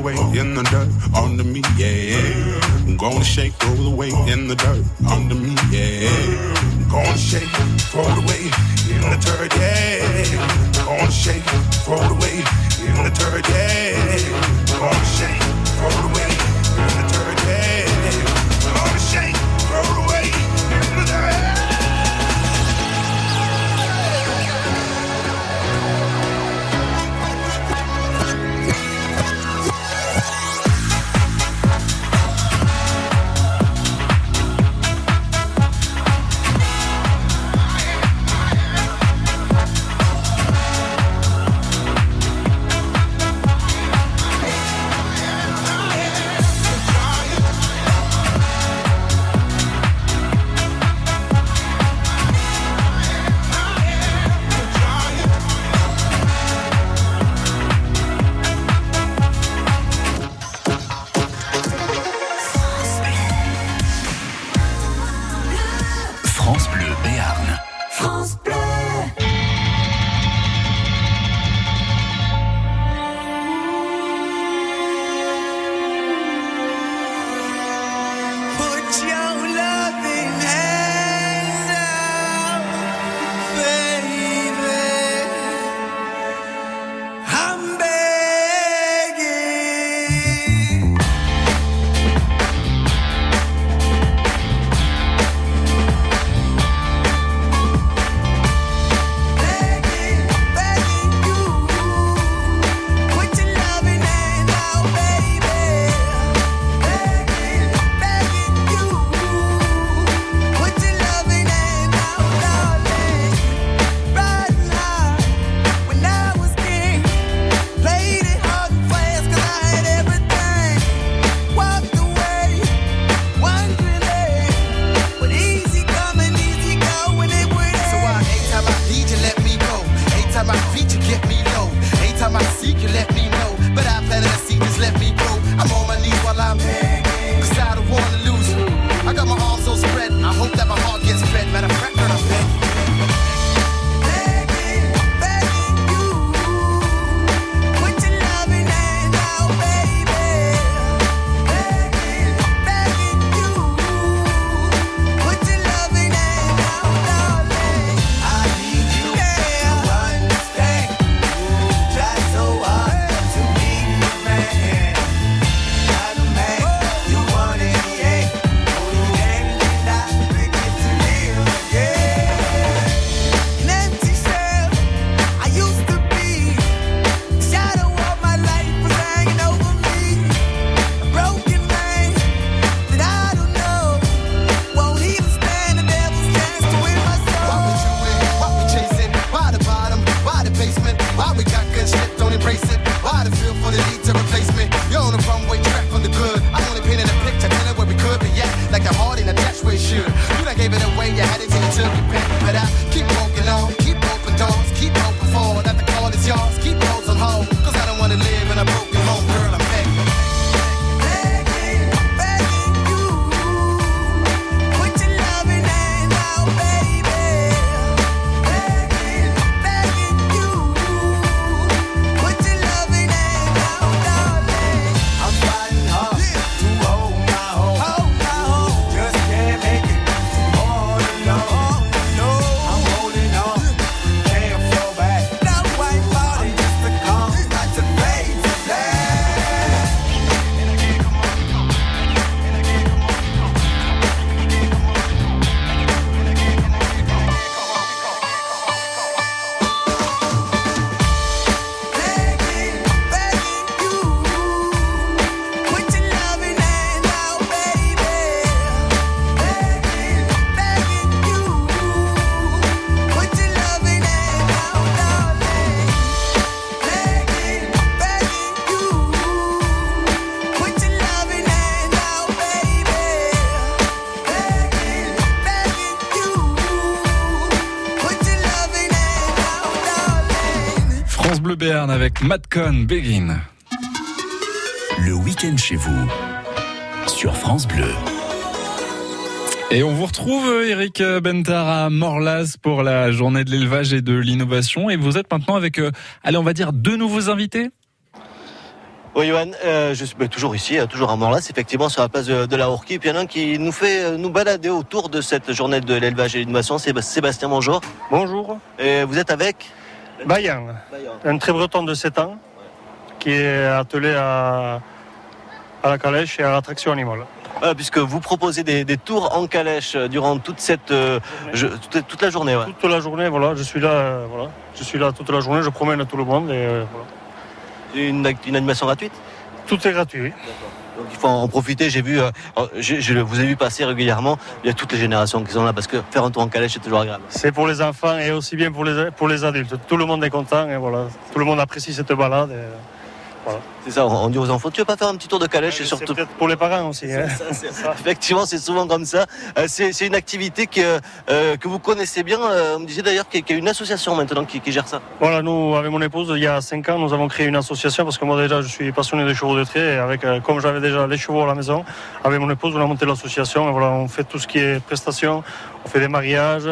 weight in the dirt under me, yeah. I'm gonna shake, throw the weight in the dirt under me, yeah. I'm gonna shake, throw the weight in the dirt, yeah. I'm gonna shake, throw the weight in the dirt, yeah. I'm gonna shake, throw the weight in the dirt, yeah. I'm gonna shake, throw the weight in the dirt. France Bleu Béarn. France Bleu. Put your loving hand out, baby. I'm begging. Begging, begging you. Put your loving hand out, baby. Begging, begging you. Put your loving hand out, darling. Riding high when I was king. Played it hard and fast 'cause I had everything. Walked away, wondering, but easy coming, easy going, it would So anytime I need you, let me go. Anytime I feed you, get me low. Anytime I seek you, let me know. But I planted a seed, just let me go. I'm on my knees while I'm begging, 'cause I don't wanna lose you. I got my arms so spread, I hope that my heart gets fed. Matter of fact, girl, I'm begging. begging, begging you. Put your loving hand out, baby. Begging, begging you. Put your loving hand out, darling. I need you to understand. You try so hard to be the man. I'm the man you wanted, yeah. Only then did I begin to live again. An empty shell I used to be. The shadow of my life was hanging over me. A broken man that I don't know. Won't even stand the devil's chance to win my soul. Why would you win? Why we chasing? Why the bottom? Why the basement? Why we got good shit, don't embrace it? Why the feel for the need to replace me? You're on the runway track from the good. I only painted a picture, telling where we could be at. Like the heart in a dash where it should. You done gave it away, you had it till you took it back. But I keep walking on, keep open doors, keep open forward. That the call is yours, keep those on hold. 'Cause I don't wanna live in a broken home, girl, I'm begging. Begging, begging you. Put your loving hand out, baby. Begging, begging you. Put your loving hand out, darling. I'm fighting hard to hold my own. Just can't make it all alone. No, I'm holding on, can't fall back. No white body, just a calm, not to fade to black. Begging, begging you. Put your loving hand out, baby. Begging, begging you. Put your loving hand out, darling. Begging, begging you. Put your loving hand out, baby. Begging, begging you. Put your loving hand out, darling. France Bleu Béarn avec Madcon, Begin. Le week-end chez vous. Sur France Bleu. Et on vous retrouve, Eric Bentard, à Morlas pour la journée de l'élevage et de l'innovation. Et vous êtes maintenant avec, allez, on va dire 2 nouveaux invités. Oui, Johan, je suis toujours ici, toujours à Morlas, effectivement, sur la place de la Hourquie. Puis il y en a un qui nous fait nous balader autour de cette journée de l'élevage et l'innovation. C'est Sébastien, bonjour. Bonjour. Et vous êtes avec Bayan, un très breton de 7 ans qui est attelé à la calèche et à l'attraction animale. Puisque vous proposez des tours en calèche durant toute toute la journée. Ouais. Toute la journée, voilà, je suis là toute la journée, je promène tout le monde et voilà. Une animation gratuite ? Tout est gratuit, oui. Donc il faut en profiter. J'ai vu, je vous ai vu passer régulièrement. Il y a toutes les générations qui sont là parce que faire un tour en calèche c'est toujours agréable. C'est pour les enfants et aussi bien pour les adultes. Tout le monde est content et voilà, tout le monde apprécie cette balade. Et, voilà. C'est ça, on dit aux enfants, tu veux pas faire un petit tour de calèche et surtout peut-être pour les parents aussi. Hein. Effectivement, c'est souvent comme ça. C'est une activité que vous connaissez bien. On me disait d'ailleurs qu'il y a une association maintenant qui gère ça. Voilà, nous, avec mon épouse, il y a 5 ans, nous avons créé une association parce que moi déjà, je suis passionné des chevaux de trait et avec, comme j'avais déjà les chevaux à la maison, avec mon épouse, on a monté l'association et voilà, on fait tout ce qui est prestations, on fait des mariages,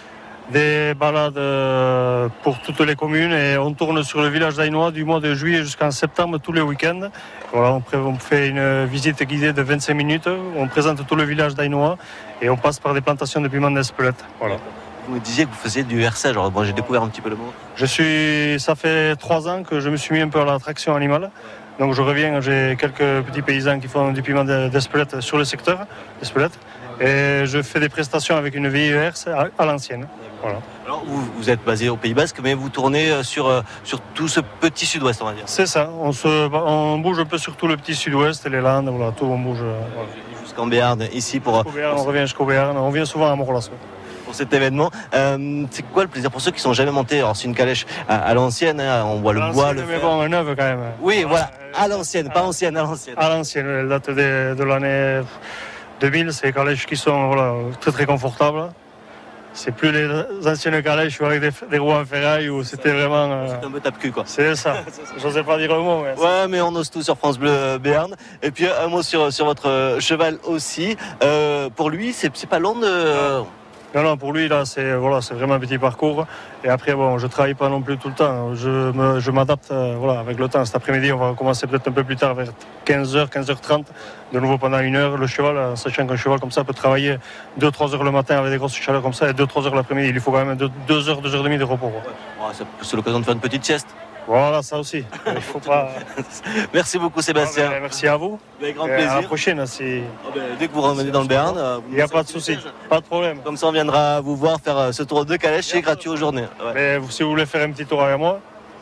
des balades pour toutes les communes et on tourne sur le village d'Ainois du mois de juillet jusqu'en septembre tous les week-ends. Voilà, on fait une visite guidée de 25 minutes, on présente tout le village d'Ainois et on passe par des plantations de piments d'Espelette. Voilà. Vous me disiez que vous faisiez du RC, alors bon, j'ai découvert un petit peu le mot. Ça fait 3 ans que je me suis mis un peu à la traction animale. Donc je reviens, j'ai quelques petits paysans qui font du piment d'Espelette sur le secteur d'Espelette. Et je fais des prestations avec une VIERS à l'ancienne. Voilà. Alors vous êtes basé au Pays Basque, mais vous tournez sur tout ce petit sud-ouest, on va dire. C'est ça, on bouge un peu sur tout le petit sud-ouest, les Landes, voilà, tout on bouge. Voilà. Jusqu'en Béarn, ici pour... Béarn, on revient jusqu'au Béarn, on vient souvent à Morlas. Pour cet événement, c'est quoi le plaisir pour ceux qui sont jamais montés? Alors c'est une calèche à l'ancienne, hein, on voit le bois, le fer. Mais bon, un neuf quand même. Oui, voilà, à l'ancienne, pas ancienne, à l'ancienne. À l'ancienne, elle date de l'année 2000, c'est des calèches qui sont voilà, très très confortables. C'est plus les anciennes calèches avec des roues en ferraille où c'était vraiment... C'est un peu tape-cul quoi. C'est ça, j'osais pas dire le mot. Mais ouais, mais on ose tout sur France Bleu Béarn. Et puis un mot sur votre cheval aussi. Pour lui, c'est pas long de... Non, pour lui, là, c'est vraiment un petit parcours. Et après, bon, je travaille pas non plus tout le temps. Je m'adapte avec le temps. Cet après-midi, on va commencer peut-être un peu plus tard, vers 15h, 15h30. De nouveau pendant 1 heure, le cheval, sachant qu'un cheval comme ça peut travailler 2-3 heures le matin avec des grosses chaleurs comme ça et 2-3 heures l'après-midi. Il lui faut quand même 2 heures, 2 heures et demie de repos. Ouais, c'est l'occasion de faire une petite sieste. Voilà, ça aussi. Il faut pas... Merci beaucoup Sébastien. Merci à vous. Avec grand plaisir. À la prochaine. Dès que vous revenez dans le Béarn, il n'y a pas de souci, pas de problème. Comme ça on viendra vous voir faire ce tour de calèche, c'est gratuit aux journées. Ouais. Mais si vous voulez faire un petit tour avec moi.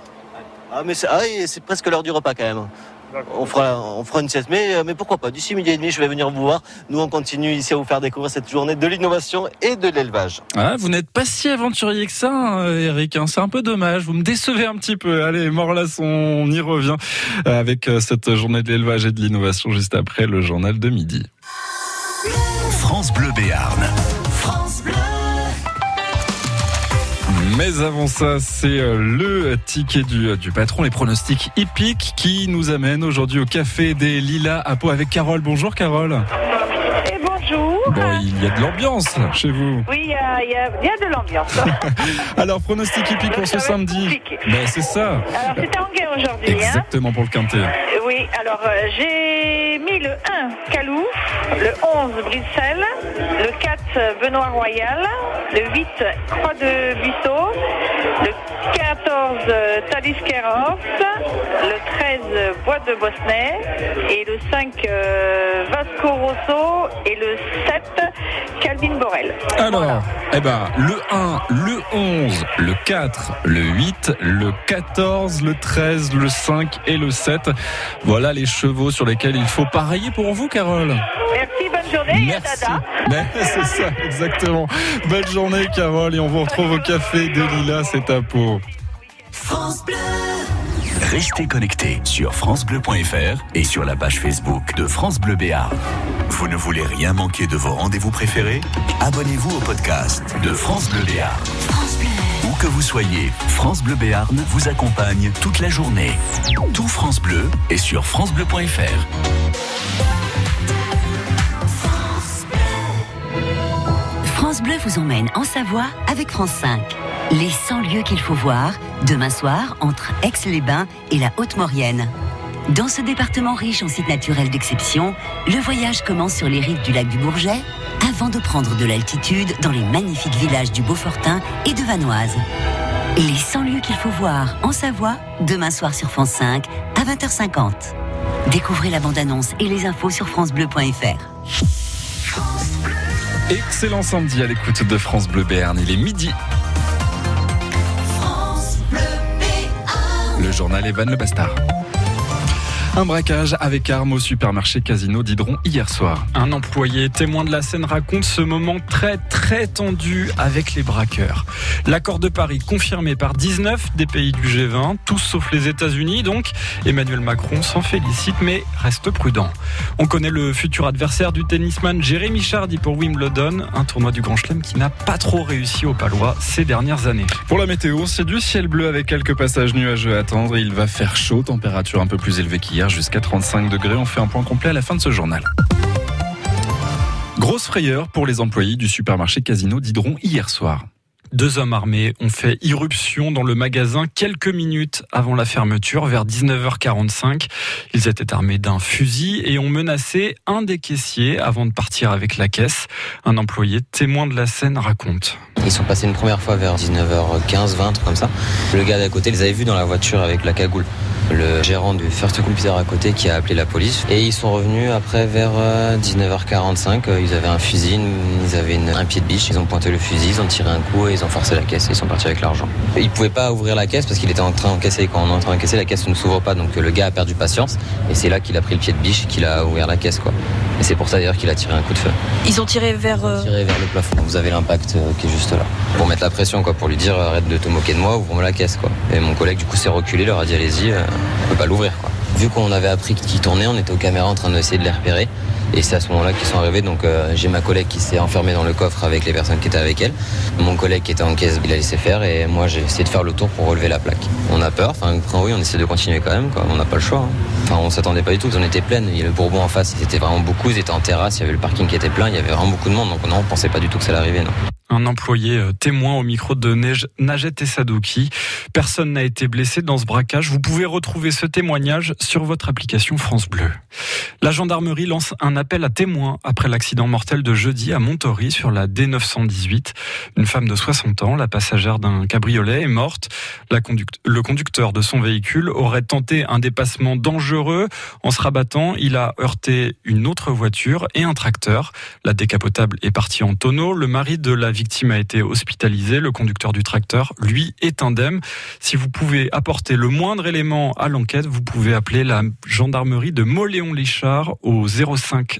C'est presque l'heure du repas quand même. On fera une sieste, mais pourquoi pas. D'ici 12h30, je vais venir vous voir. Nous, on continue ici à vous faire découvrir cette journée de l'innovation et de l'élevage. Ah, vous n'êtes pas si aventurier que ça, Eric. C'est un peu dommage. Vous me décevez un petit peu. Allez, Morlas, on y revient avec cette journée de l'élevage et de l'innovation juste après le journal de midi. France Bleu Béarn. France Bleu. Mais avant ça, c'est le ticket du patron, les pronostics hippiques qui nous amènent aujourd'hui au Café des Lilas à Pau avec Carole. Bonjour Carole. Et bonjour. Bon, il y a de l'ambiance là, chez vous. Oui, il y a de l'ambiance. Alors, pronostic hippique pour ce samedi. Ben, c'est ça. Alors, c'est Anguin aujourd'hui. Exactement pour le quintet. Oui, alors j'ai mis le 1 Calou, le 11 Bruxelles, le 4 Benoît Royal, le 8 Croix de Buisseau, le 14 Thalys Keroff, le 13 Bois de Bosnay et le 5 Vasco Rosso et le 7 Calvin Borel. Alors, le 1, le 11, le 4, le 8, le 14, le 13, le 5 et le 7. Voilà les chevaux sur lesquels il faut parier pour vous, Carole. Merci, bonne journée. Merci. C'est ça, exactement. Bonne journée, Carole, et on vous retrouve au Café des Lilas, c'est à Pau. France Bleu. Restez connectés sur francebleu.fr et sur la page Facebook de France Bleu Béarn. Vous ne voulez rien manquer de vos rendez-vous préférés? Abonnez-vous au podcast de France Bleu Béarn. Où que vous soyez, France Bleu Béarn vous accompagne toute la journée. Tout France Bleu est sur francebleu.fr. France Bleu vous emmène en Savoie avec France 5. Les 100 lieux qu'il faut voir, demain soir, entre Aix-les-Bains et la Haute-Maurienne. Dans ce département riche en sites naturels d'exception, le voyage commence sur les rives du lac du Bourget, avant de prendre de l'altitude dans les magnifiques villages du Beaufortin et de Vanoise. Les 100 lieux qu'il faut voir en Savoie, demain soir sur France 5 à 20h50. Découvrez la bande-annonce et les infos sur francebleu.fr. Excellent samedi à l'écoute de France Bleu Béarn, il est midi. Le journal Evan Le Bastard. Un braquage avec armes au supermarché Casino d'Hydron hier soir. Un employé témoin de la scène raconte ce moment très tendu avec les braqueurs. L'accord de Paris confirmé par 19 des pays du G20, tous sauf les États-Unis donc. Emmanuel Macron s'en félicite mais reste prudent. On connaît le futur adversaire du tennisman Jérémy Chardy pour Wimbledon, un tournoi du Grand Chelem qui n'a pas trop réussi aux Palois ces dernières années. Pour la météo, c'est du ciel bleu avec quelques passages nuageux à attendre. Il va faire chaud, température un peu plus élevée qu'hier, jusqu'à 35 degrés. On fait un point complet à la fin de ce journal. Grosse frayeur pour les employés du supermarché Casino d'Hydron hier soir. 2 hommes armés ont fait irruption dans le magasin quelques minutes avant la fermeture, vers 19h45. Ils étaient armés d'un fusil et ont menacé un des caissiers avant de partir avec la caisse. Un employé témoin de la scène raconte. Ils sont passés une première fois vers 19h15, 20, truc comme ça. Le gars d'à côté les avait vus dans la voiture avec la cagoule. Le gérant du First Computer à côté qui a appelé la police. Et ils sont revenus après vers 19h45. Ils avaient un fusil, ils avaient un pied de biche. Ils ont pointé le fusil, ils ont tiré un coup et ils ont forcé la caisse et ils sont partis avec l'argent. Ils pouvaient pas ouvrir la caisse parce qu'il était en train d'encaisser. Quand on est en train d'encaisser, la caisse ne s'ouvre pas. Donc le gars a perdu patience et c'est là qu'il a pris le pied de biche et qu'il a ouvert la caisse, quoi. Et c'est pour ça d'ailleurs qu'il a tiré un coup de feu. Ils ont tiré vers... Tiré vers le plafond. Vous avez l'impact qui est juste là. Pour mettre la pression, quoi, pour lui dire arrête de te moquer de moi, ouvre-moi la caisse, quoi. Et mon collègue du coup s'est reculé, leur a dit allez-y, on peut pas l'ouvrir, quoi. Vu qu'on avait appris qu'ils tournaient, on était aux caméras en train d'essayer de les repérer. Et c'est à ce moment-là qu'ils sont arrivés. Donc j'ai ma collègue qui s'est enfermée dans le coffre avec les personnes qui étaient avec elle. Mon collègue qui était en caisse, il a laissé faire. Et moi j'ai essayé de faire le tour pour relever la plaque. On a peur, enfin oui, on essaie de continuer quand même, quoi. On n'a pas le choix, hein. Enfin on s'attendait pas du tout, on était pleine. Il y a le Bourbon en face, c'était vraiment beaucoup. Ils étaient en terrasse, il y avait le parking qui était plein, il y avait vraiment beaucoup de monde. Donc non, on pensait pas du tout que ça allait arriver, non. Un employé témoin au micro de Najet Tessadouki. Personne n'a été blessé dans ce braquage. Vous pouvez retrouver ce témoignage sur votre application France Bleu. La gendarmerie lance un appel à témoins après l'accident mortel de jeudi à Montory sur la D918. Une femme de 60 ans, la passagère d'un cabriolet, est morte. Le conducteur de son véhicule aurait tenté un dépassement dangereux. En se rabattant, il a heurté une autre voiture et un tracteur. La décapotable est partie en tonneau. Le mari de la victime a été hospitalisé. Le conducteur du tracteur, lui, est indemne. Si vous pouvez apporter le moindre élément à l'enquête, vous pouvez appeler la gendarmerie de Moléon-Lichard au 05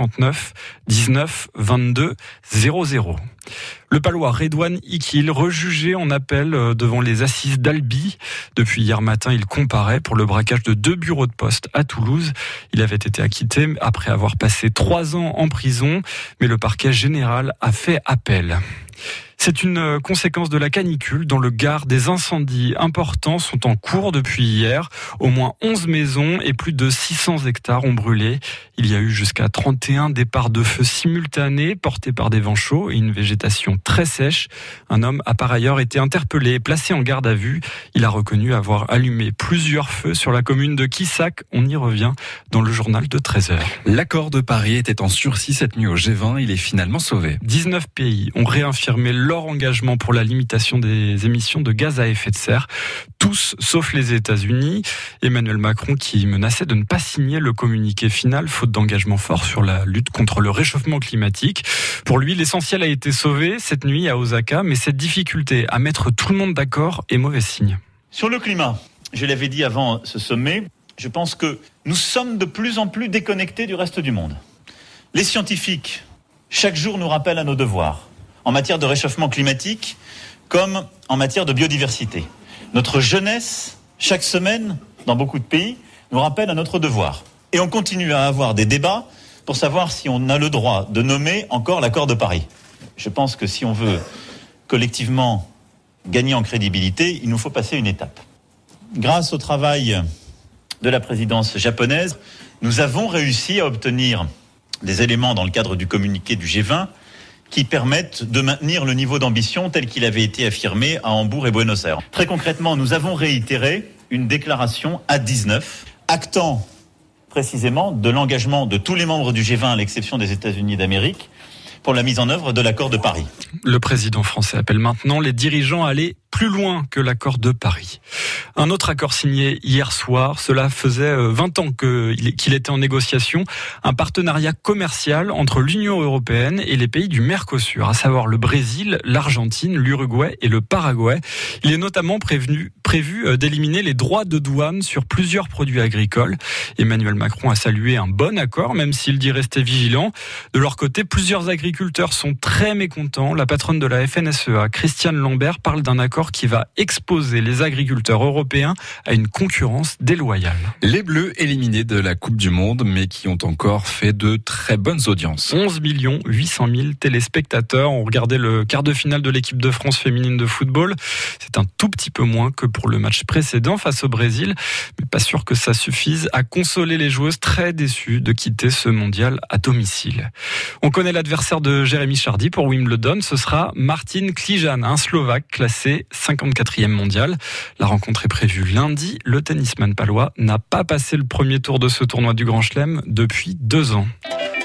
59 19 22 00. Le Palois Redouane Iquil, rejugé en appel devant les assises d'Albi. Depuis hier matin, il comparaît pour le braquage de 2 bureaux de poste à Toulouse. Il avait été acquitté après avoir passé 3 ans en prison, mais le parquet général a fait appel. C'est une conséquence de la canicule. Dans le Gard, des incendies importants sont en cours depuis hier. Au moins 11 maisons et plus de 600 hectares ont brûlé. Il y a eu jusqu'à 31 départs de feu simultanés portés par des vents chauds et une végétation très sèche. Un homme a par ailleurs été interpellé et placé en garde à vue. Il a reconnu avoir allumé plusieurs feux sur la commune de Quissac. On y revient dans le journal de 13h. L'accord de Paris était en sursis cette nuit au G20. Il est finalement sauvé. 19 pays ont réaffirmé leur engagement pour la limitation des émissions de gaz à effet de serre. Tous, sauf les États-Unis. Emmanuel Macron qui menaçait de ne pas signer le communiqué final, faute d'engagement fort sur la lutte contre le réchauffement climatique. Pour lui, l'essentiel a été sauvé cette nuit à Osaka, mais cette difficulté à mettre tout le monde d'accord est mauvais signe. Sur le climat, je l'avais dit avant ce sommet, je pense que nous sommes de plus en plus déconnectés du reste du monde. Les scientifiques, chaque jour, nous rappellent à nos devoirs, en matière de réchauffement climatique, comme en matière de biodiversité. Notre jeunesse, chaque semaine, dans beaucoup de pays, nous rappelle à notre devoir. Et on continue à avoir des débats pour savoir si on a le droit de nommer encore l'accord de Paris. Je pense que si on veut collectivement gagner en crédibilité, il nous faut passer une étape. Grâce au travail de la présidence japonaise, nous avons réussi à obtenir des éléments dans le cadre du communiqué du G20 qui permettent de maintenir le niveau d'ambition tel qu'il avait été affirmé à Hambourg et Buenos Aires. Très concrètement, nous avons réitéré une déclaration à 19 actant précisément de l'engagement de tous les membres du G20 à l'exception des États-Unis d'Amérique pour la mise en œuvre de l'accord de Paris. Le président français appelle maintenant les dirigeants à aller plus loin que l'accord de Paris. Un autre accord signé hier soir, cela faisait 20 ans qu'il était en négociation, un partenariat commercial entre l'Union européenne et les pays du Mercosur, à savoir le Brésil, l'Argentine, l'Uruguay et le Paraguay. Il est notamment prévu d'éliminer les droits de douane sur plusieurs produits agricoles. Emmanuel Macron a salué un bon accord, même s'il dit rester vigilant. De leur côté, plusieurs agriculteurs sont très mécontents. La patronne de la FNSEA, Christiane Lambert, parle d'un accord qui va exposer les agriculteurs européens à une concurrence déloyale. Les Bleus éliminés de la Coupe du Monde, mais qui ont encore fait de très bonnes audiences. 11 800 000 téléspectateurs ont regardé le quart de finale de l'équipe de France féminine de football. C'est un tout petit peu moins que pour le match précédent face au Brésil, mais pas sûr que ça suffise à consoler les joueuses très déçues de quitter ce mondial à domicile. On connaît l'adversaire de Jérémy Chardy pour Wimbledon, ce sera Martin Klijan, un Slovaque classé 54e mondial. La rencontre est prévue lundi. Le tennisman palois n'a pas passé le premier tour de ce tournoi du Grand Chelem depuis 2 ans.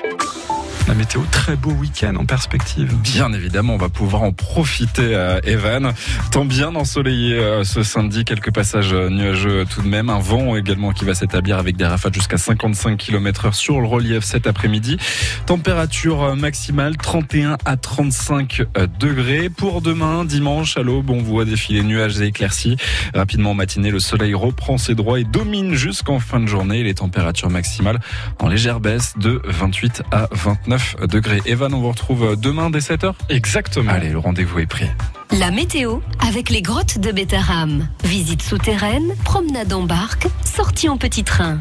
La météo, très beau week-end en perspective. Bien évidemment, on va pouvoir en profiter à Evan. Temps bien ensoleillé ce samedi, quelques passages nuageux tout de même. Un vent également qui va s'établir avec des rafales jusqu'à 55 km/h sur le relief cet après-midi. Température maximale 31 à 35 degrés. Pour demain, dimanche, à l'aube, on voit défiler nuages et éclaircies. Rapidement en matinée, le soleil reprend ses droits et domine jusqu'en fin de journée. Les températures maximales en légère baisse de 28 à 29 degrés. Evan, on vous retrouve demain dès 7h ? Exactement. Allez, le rendez-vous est pris. La météo avec les grottes de Bétarame. Visite souterraine, promenade en barque, sortie en petit train.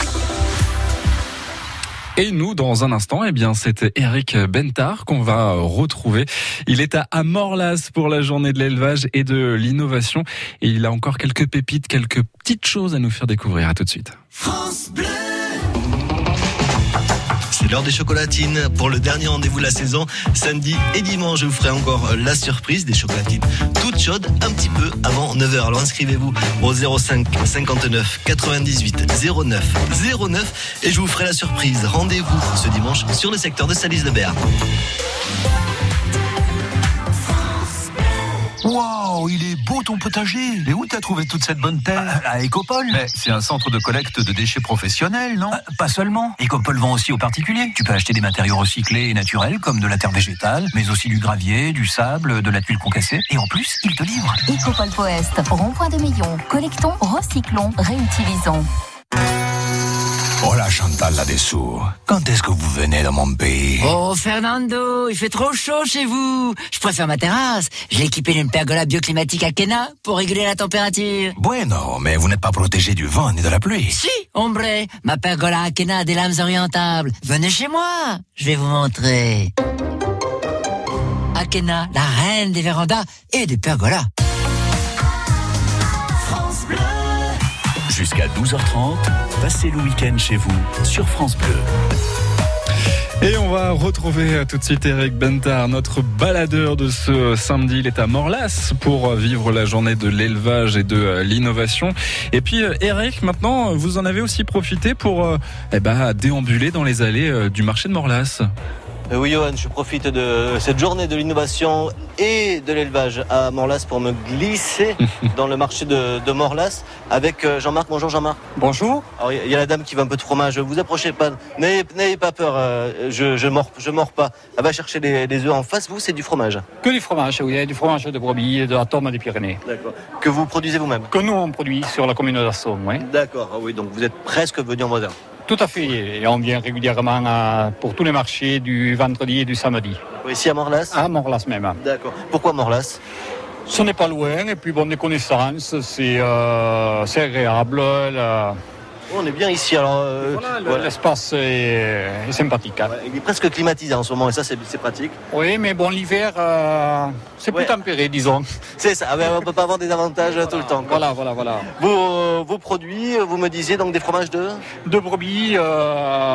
Et nous, dans un instant, c'est Eric Bentard qu'on va retrouver. Il est à Morlas pour la journée de l'élevage et de l'innovation. Et il a encore quelques pépites, quelques petites choses à nous faire découvrir. À tout de suite. France Bleu. C'est l'heure des chocolatines pour le dernier rendez-vous de la saison. Samedi et dimanche, je vous ferai encore la surprise des chocolatines toutes chaudes un petit peu avant 9h. Alors inscrivez-vous au 05 59 98 09 09 et je vous ferai la surprise. Rendez-vous ce dimanche sur le secteur de Salis-le-Béarn. Waouh, il est beau ton potager. Et où t'as trouvé toute cette bonne terre ? À Ecopole. Mais c'est un centre de collecte de déchets professionnels, non ? Pas seulement. Ecopole vend aussi aux particuliers. Tu peux acheter des matériaux recyclés et naturels comme de la terre végétale, mais aussi du gravier, du sable, de la tuile concassée. Et en plus, ils te livrent. Ecopole Poest, rond-point de Meillon. Collectons, recyclons, réutilisons. Oh là, Chantal là-dessous. Quand est-ce que vous venez dans mon pays ? Oh, Fernando, il fait trop chaud chez vous. Je préfère ma terrasse. Je l'ai équipée d'une pergola bioclimatique Akena pour réguler la température. Bueno, mais vous n'êtes pas protégé du vent ni de la pluie. Si, hombre, ma pergola Akena a des lames orientables. Venez chez moi, je vais vous montrer. Akena, la reine des vérandas et des pergolas. Jusqu'à 12h30, passez le week-end chez vous sur France Bleu. Et on va retrouver tout de suite Eric Bentard, notre baladeur de ce samedi. Il est à Morlas pour vivre la journée de l'élevage et de l'innovation. Et puis Eric, maintenant, vous en avez aussi profité pour déambuler dans les allées du marché de Morlas. Oui, Johan, je profite de cette journée de l'innovation et de l'élevage à Morlas pour me glisser dans le marché de Morlas avec Jean-Marc. Bonjour Jean-Marc. Bonjour. Alors il y a la dame qui veut un peu de fromage. Vous approchez pas. N'ayez pas peur. Je mords pas. Elle va chercher les œufs en face. Vous, c'est du fromage. Que du fromage, oui, du fromage de brebis, de la Tome des Pyrénées. D'accord. Que vous produisez vous-même. Que nous on produit sur la commune d'Asson, oui. D'accord. Ah oui, donc vous êtes presque venu en Moderne. Tout à fait. Et on vient régulièrement pour tous les marchés du vendredi et du samedi. Ici à Morlas ? À Morlas même. D'accord. Pourquoi Morlas ? Ce n'est pas loin et puis bon, des connaissances, c'est agréable. On est bien ici. Alors, l'espace est sympathique. Hein. Il est presque climatisé en ce moment et ça c'est pratique. Oui, mais bon, l'hiver, c'est plus tempéré, disons. C'est ça, on ne peut pas avoir des avantages tout le temps. Quoi. Voilà. Vos produits, vous me disiez donc des fromages de brebis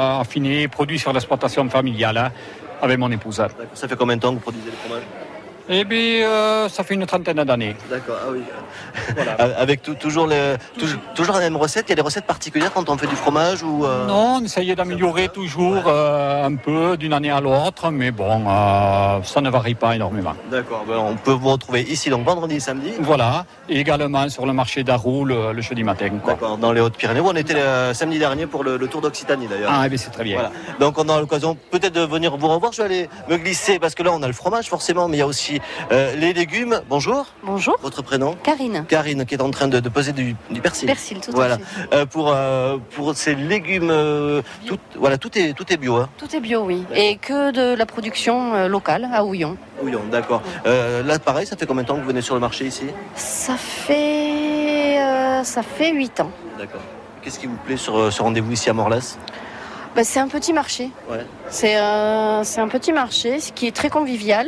affinés, produits sur l'exploitation familiale avec mon épouse. Ça fait combien de temps que vous produisez les fromages ? Eh bien, ça fait une trentaine d'années. D'accord, ah oui. Avec toujours la même recette. Il y a des recettes particulières quand on fait du fromage ou Non, on essayait d'améliorer toujours un peu d'une année à l'autre, mais bon, ça ne varie pas énormément. D'accord, on peut vous retrouver ici donc vendredi et samedi. Voilà, et également sur le marché d'Arroux le jeudi matin. D'accord, dans les Hautes-Pyrénées. On était samedi dernier pour le Tour d'Occitanie d'ailleurs. Ah, mais c'est très bien. Voilà. Donc on aura l'occasion peut-être de venir vous revoir. Je vais aller me glisser parce que là on a le fromage forcément, mais il y a aussi les légumes. Bonjour. Bonjour. Votre prénom? Karine. Karine qui est en train de peser du persil. Persil, tout voilà. à fait. Pour ces légumes, tout est bio. Hein. Tout est bio, oui. Et que de la production locale à Houillon. Houillon, d'accord. Là pareil, ça fait combien de temps que vous venez sur le marché ici? Ça fait 8 ans. D'accord. Qu'est-ce qui vous plaît sur ce rendez-vous ici à Morlas? C'est un petit marché. Ouais. C'est un petit marché, ce qui est très convivial.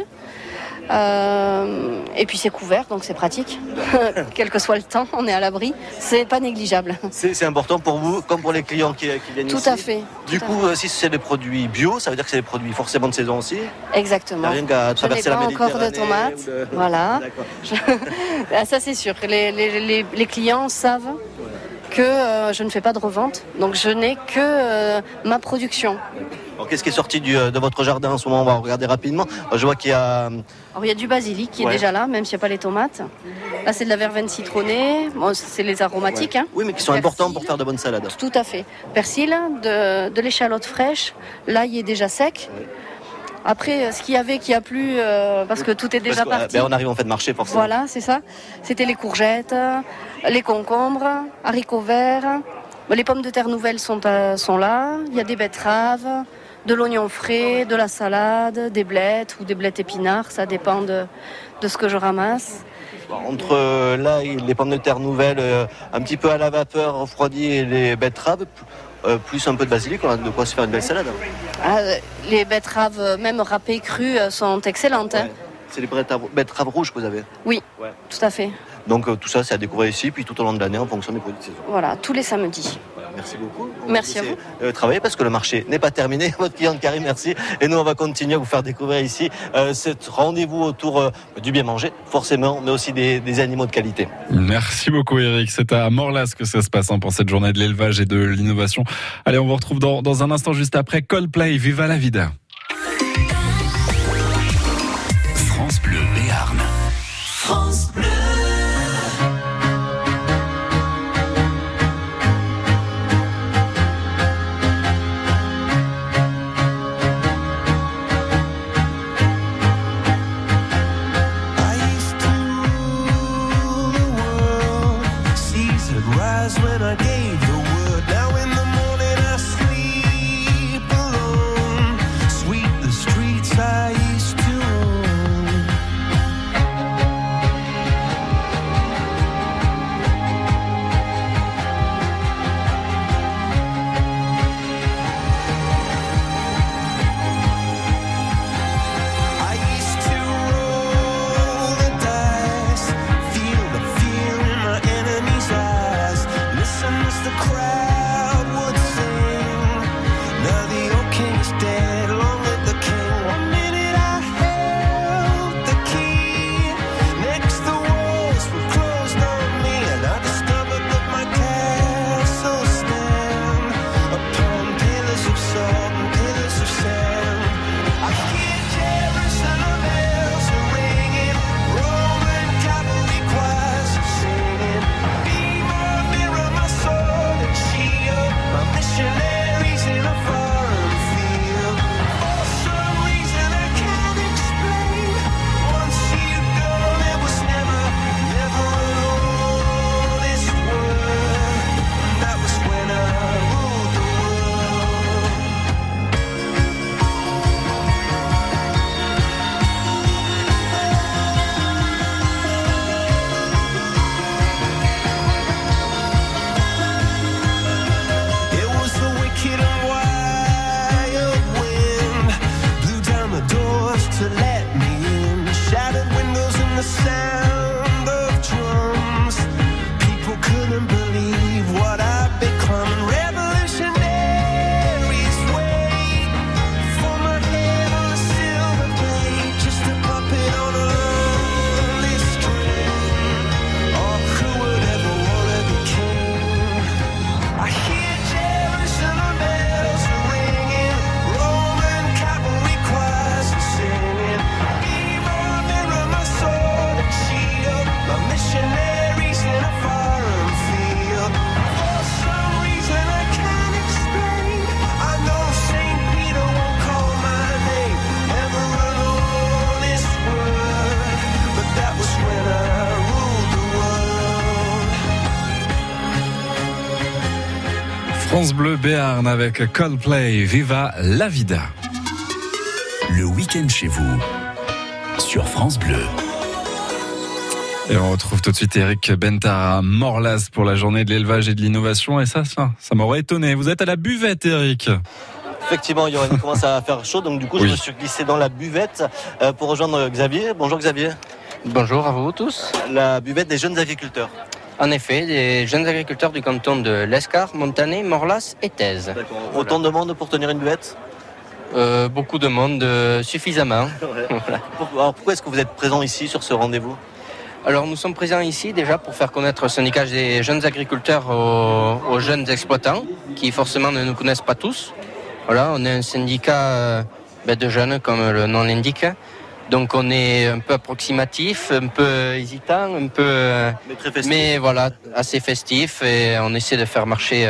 Et puis c'est couvert, donc c'est pratique. Quel que soit le temps, on est à l'abri. C'est pas négligeable. C'est important pour vous, comme pour les clients qui viennent ici. Tout à fait. Du coup, si c'est des produits bio, ça veut dire que c'est des produits forcément de saison aussi. Exactement. Rien qu'à traverser la Méditerranée. Je n'ai pas encore de tomates. Voilà. Ça c'est sûr. Les clients savent que je ne fais pas de revente, donc je n'ai que ma production. Alors, qu'est-ce qui est sorti de votre jardin en ce moment? On va regarder rapidement. Je vois qu'il y a... Alors, il y a du basilic qui est déjà là, même s'il n'y a pas les tomates. Là, c'est de la verveine citronnée. Bon, c'est les aromatiques. Hein. Oui, mais qui sont importants pour faire de bonnes salades. Tout à fait. Persil, de l'échalote fraîche. Là, il est déjà sec. Après, ce qu'il y avait qui a plu, parce que tout est déjà parti. On arrive en fait de marché forcément. Voilà, c'est ça. C'était les courgettes, les concombres, haricots verts. Les pommes de terre nouvelles sont là. Il y a des betteraves, de l'oignon frais, de la salade, des blettes ou des blettes épinards. Ça dépend de ce que je ramasse. Entre les pommes de terre nouvelles, un petit peu à la vapeur refroidies et les betteraves, plus un peu de basilic, on a de quoi se faire une belle salade. Les betteraves, même râpées crues, sont excellentes. Ouais. Hein. C'est les betteraves rouges que vous avez? Oui, tout à fait. Donc tout ça, c'est à découvrir ici, puis tout au long de l'année en fonction des produits de saison. Voilà, tous les samedis. Merci beaucoup. Merci à vous. Travailler parce que le marché n'est pas terminé. Votre cliente Karine, merci. Et nous, on va continuer à vous faire découvrir ici ce rendez-vous autour du bien manger, forcément, mais aussi des animaux de qualité. Merci beaucoup Eric. C'est à Morlas que ça se passe pour cette journée de l'élevage et de l'innovation. Allez, on vous retrouve dans un instant juste après Coldplay, Viva la Vida. France Bleu Béarn. France Bleu. When I gave the word, now in the morning I sleep alone. Sweep the streets I used to own. I used to roll the dice, feel the fear in my enemy's eyes. Listen to France Bleu Béarn avec Coldplay, Viva la Vida. Le week-end chez vous, sur France Bleu. Et on retrouve tout de suite Eric Bentard à Morlas pour la journée de l'élevage et de l'innovation. Et ça m'aurait étonné. Vous êtes à la buvette, Eric. Effectivement, il commence à faire chaud, donc du coup, je me suis glissé dans la buvette pour rejoindre Xavier. Bonjour Xavier. Bonjour à vous tous. La buvette des jeunes agriculteurs. En effet, des jeunes agriculteurs du canton de l'Escar, Montané, Morlas et Thèse. D'accord. Autant de monde pour tenir une buvette ? Beaucoup de monde, suffisamment. Ouais. Alors pourquoi est-ce que vous êtes présent ici sur ce rendez-vous ? Alors nous sommes présents ici déjà pour faire connaître le syndicat des jeunes agriculteurs aux jeunes exploitants qui forcément ne nous connaissent pas tous. Voilà, on est un syndicat de jeunes comme le nom l'indique. Donc on est un peu approximatif, un peu hésitant, un peu mais voilà, assez festif et on essaie de faire marcher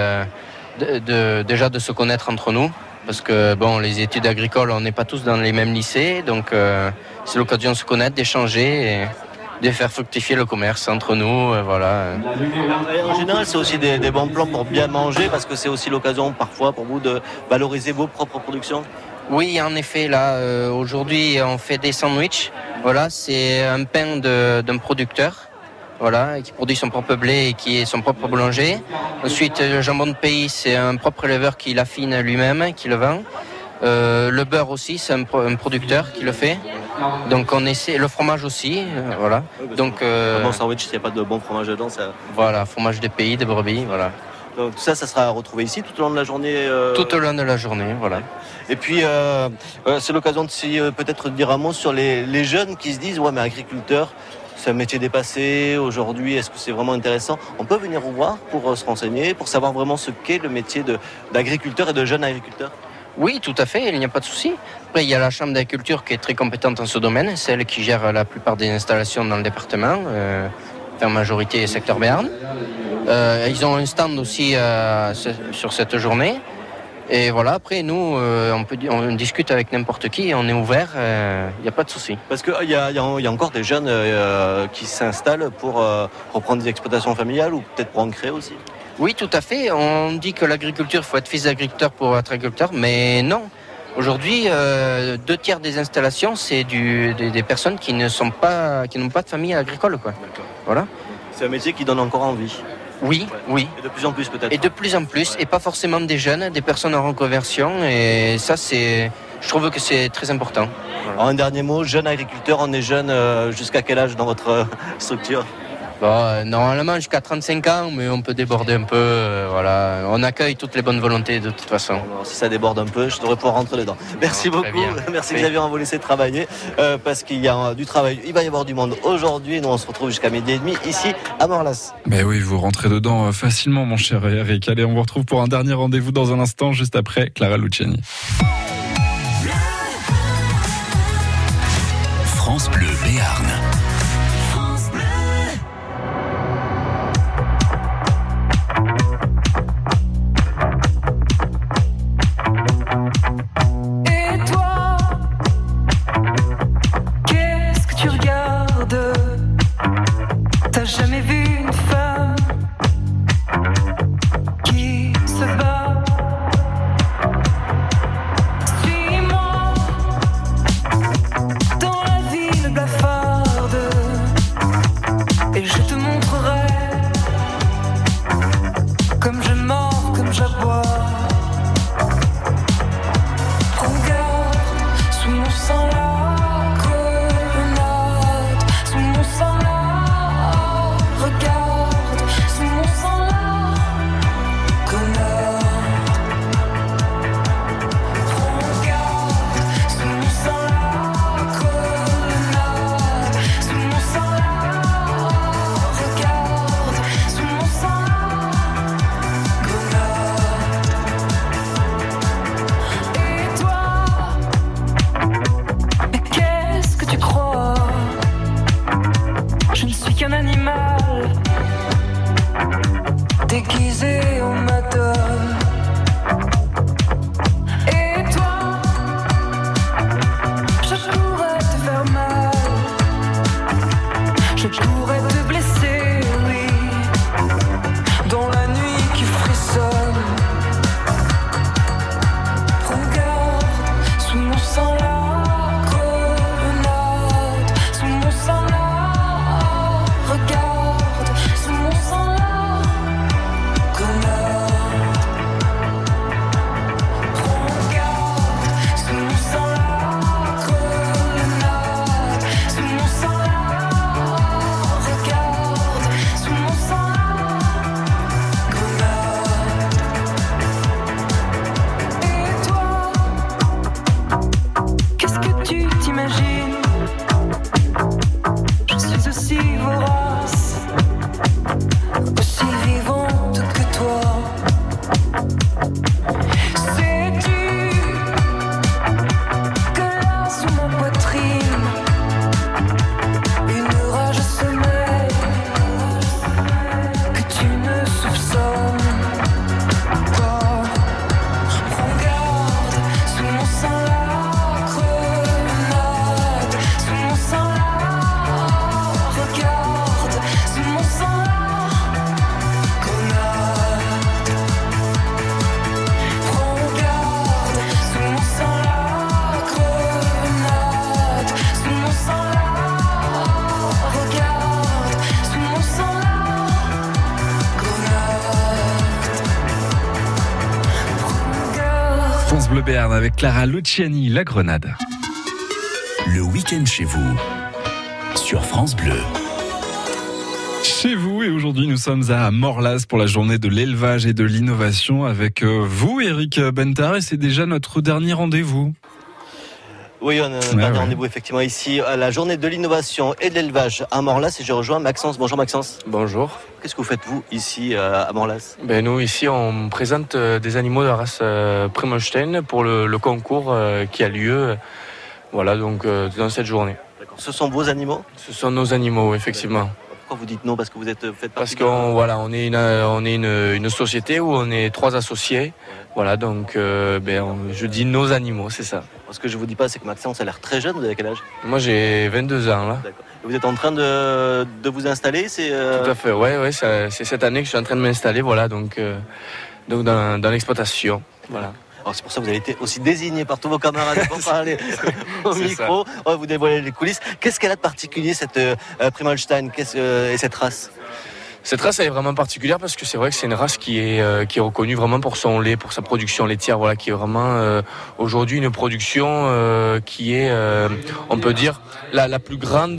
déjà de se connaître entre nous parce que bon, les études agricoles, on n'est pas tous dans les mêmes lycées, donc c'est l'occasion de se connaître, d'échanger et de faire fructifier le commerce entre nous, voilà. En général, c'est aussi des bons plans pour bien manger parce que c'est aussi l'occasion parfois pour vous de valoriser vos propres productions. Oui, en effet, là, aujourd'hui, on fait des sandwichs. Voilà, c'est un pain d'un producteur, voilà, qui produit son propre blé et qui est son propre boulanger. Ensuite, le jambon de pays, c'est un propre éleveur qui l'affine lui-même, qui le vend. Le beurre aussi, c'est un producteur qui le fait. Donc on essaie, le fromage aussi, voilà. Donc un bon sandwich, s'il n'y a pas de bon fromage dedans, ça. Voilà, fromage de pays, de brebis, voilà. Donc tout ça, ça sera retrouvé ici tout au long de la journée. Tout au long de la journée, voilà. Et puis c'est l'occasion de peut-être dire un mot sur les jeunes qui se disent ouais mais agriculteur, c'est un métier dépassé aujourd'hui. Est-ce que c'est vraiment intéressant ? On peut venir vous voir pour se renseigner, pour savoir vraiment ce qu'est le métier d'agriculteur et de jeune agriculteur. Oui, tout à fait, il n'y a pas de souci. Après, il y a la Chambre d'agriculture qui est très compétente en ce domaine, c'est elle qui gère la plupart des installations dans le département, en majorité secteur Béarn. Ils ont un stand aussi sur cette journée. Et voilà, après, nous, on discute avec n'importe qui, on est ouvert, il n'y a pas de souci. Parce qu'il y a encore des jeunes qui s'installent pour reprendre des exploitations familiales ou peut-être pour en créer aussi. Oui, tout à fait. On dit que l'agriculture, il faut être fils d'agriculteur pour être agriculteur, mais non. Aujourd'hui, 2/3 des installations, c'est des personnes qui n'ont pas de famille agricole, quoi. Voilà. C'est un métier qui donne encore envie. Oui, oui. Et de plus en plus peut-être. Et de plus en plus, et pas forcément des jeunes, des personnes en reconversion, et ça, je trouve que c'est très important. Voilà. Alors, un dernier mot, jeune agriculteur, on est jeune jusqu'à quel âge dans votre structure ? Bon, normalement jusqu'à 35 ans, mais on peut déborder un peu. Voilà. On accueille toutes les bonnes volontés de toute façon. Alors, si ça déborde un peu, je devrais pouvoir rentrer dedans. Merci beaucoup. Merci Xavier, on va vous laisser travailler parce qu'il y a du travail. Il va y avoir du monde aujourd'hui. Nous, on se retrouve jusqu'à 12h30 ici à Morlas. Mais oui, vous rentrez dedans facilement, mon cher Eric. Allez, on vous retrouve pour un dernier rendez-vous dans un instant, juste après Clara Luciani. France Bleu Béarn. Jamais vu une femme qui se bat. Suis-moi dans la ville blafarde et je te montrerai comme je mords, comme j'aboie. Regarde sous mon sang la grenade, sous mon sang la. Regarde sous mon sang la grenade. Regarde sous mon sang la grenade, sous mon sang la. Regarde sous mon sang la grenade. Et toi, mais qu'est-ce que tu crois? Je ne suis qu'un animal déguisé en madone. Et toi, je pourrais te faire mal, je pourrais te blesser, oui, dans la nuit qui frissonne. France Bleu Béarn avec Clara Luciani, La Grenade. Le week-end chez vous, sur France Bleu. Chez vous, et aujourd'hui nous sommes à Morlas pour la journée de l'élevage et de l'innovation avec vous, Eric Bentard, et c'est déjà notre dernier rendez-vous. Oui, on a un dernier rendez-vous effectivement ici à la journée de l'innovation et de l'élevage à Morlas, et je rejoins Maxence. Bonjour Maxence. Bonjour. Qu'est-ce que vous faites vous ici à Morlas? Nous ici on présente des animaux de la race Primostein pour le concours qui a lieu dans cette journée. D'accord. Ce sont vos animaux? Ce sont nos animaux, effectivement. Pourquoi vous dites non? Parce que vous êtes fait partie. Parce qu'on est une société où on est 3 associés. Voilà, donc je dis nos animaux, c'est ça. Ce que je vous dis pas, c'est que Maxence a l'air très jeune. Vous avez quel âge? Moi j'ai 22 ans là. D'accord. Et vous êtes en train de vous installer? Tout à fait, ouais, c'est cette année que je suis en train de m'installer, voilà, donc dans l'exploitation. Voilà. Alors c'est pour ça que vous avez été aussi désigné par tous vos camarades pour parler au micro. On va vous dévoiler les coulisses. Qu'est-ce qu'elle a de particulier cette Primolstein et cette race? Cette race elle est vraiment particulière parce que c'est vrai que c'est une race qui est reconnue vraiment pour son lait, pour sa production laitière, voilà, qui est vraiment aujourd'hui une production qui est, on peut dire, la plus grande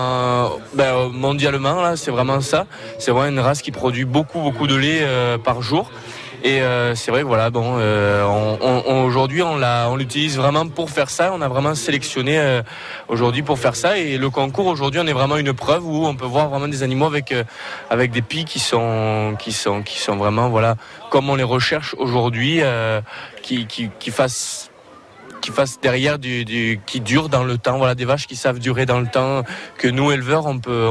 mondialement. Là, c'est vraiment ça. C'est vraiment une race qui produit beaucoup de lait par jour. Et c'est vrai que voilà, aujourd'hui on l'utilise vraiment pour faire ça. On a vraiment sélectionné aujourd'hui pour faire ça. Et le concours aujourd'hui, on est vraiment une preuve où on peut voir vraiment des animaux avec des pies qui sont vraiment, voilà, comme on les recherche aujourd'hui, qui fassent derrière qui durent dans le temps, voilà, des vaches qui savent durer dans le temps, que nous éleveurs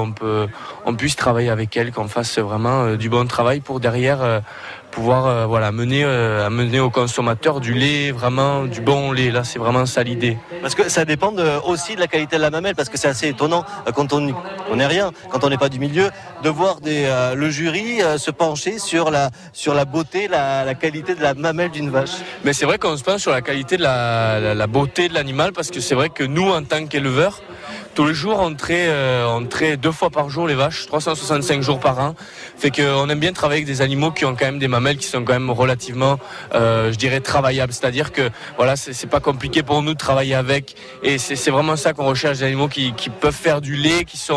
on puisse travailler avec elles, qu'on fasse vraiment du bon travail pour derrière pouvoir amener aux consommateurs du lait, vraiment du bon lait. Là, c'est vraiment ça l'idée. Parce que ça dépend aussi de la qualité de la mamelle, parce que c'est assez étonnant quand on n'est rien, quand on n'est pas du milieu, de voir le jury se pencher sur la beauté, la qualité de la mamelle d'une vache. Mais c'est vrai qu'on se penche sur la qualité de la beauté de l'animal, parce que c'est vrai que nous, en tant qu'éleveurs, tous les jours, on traite 2 fois par jour les vaches, 365 jours par an. Fait qu'on aime bien travailler avec des animaux qui ont quand même des mamelles qui sont quand même relativement, je dirais, travaillables. C'est-à-dire que voilà, c'est pas compliqué pour nous de travailler avec. Et c'est vraiment ça qu'on recherche, des animaux qui peuvent faire du lait, qui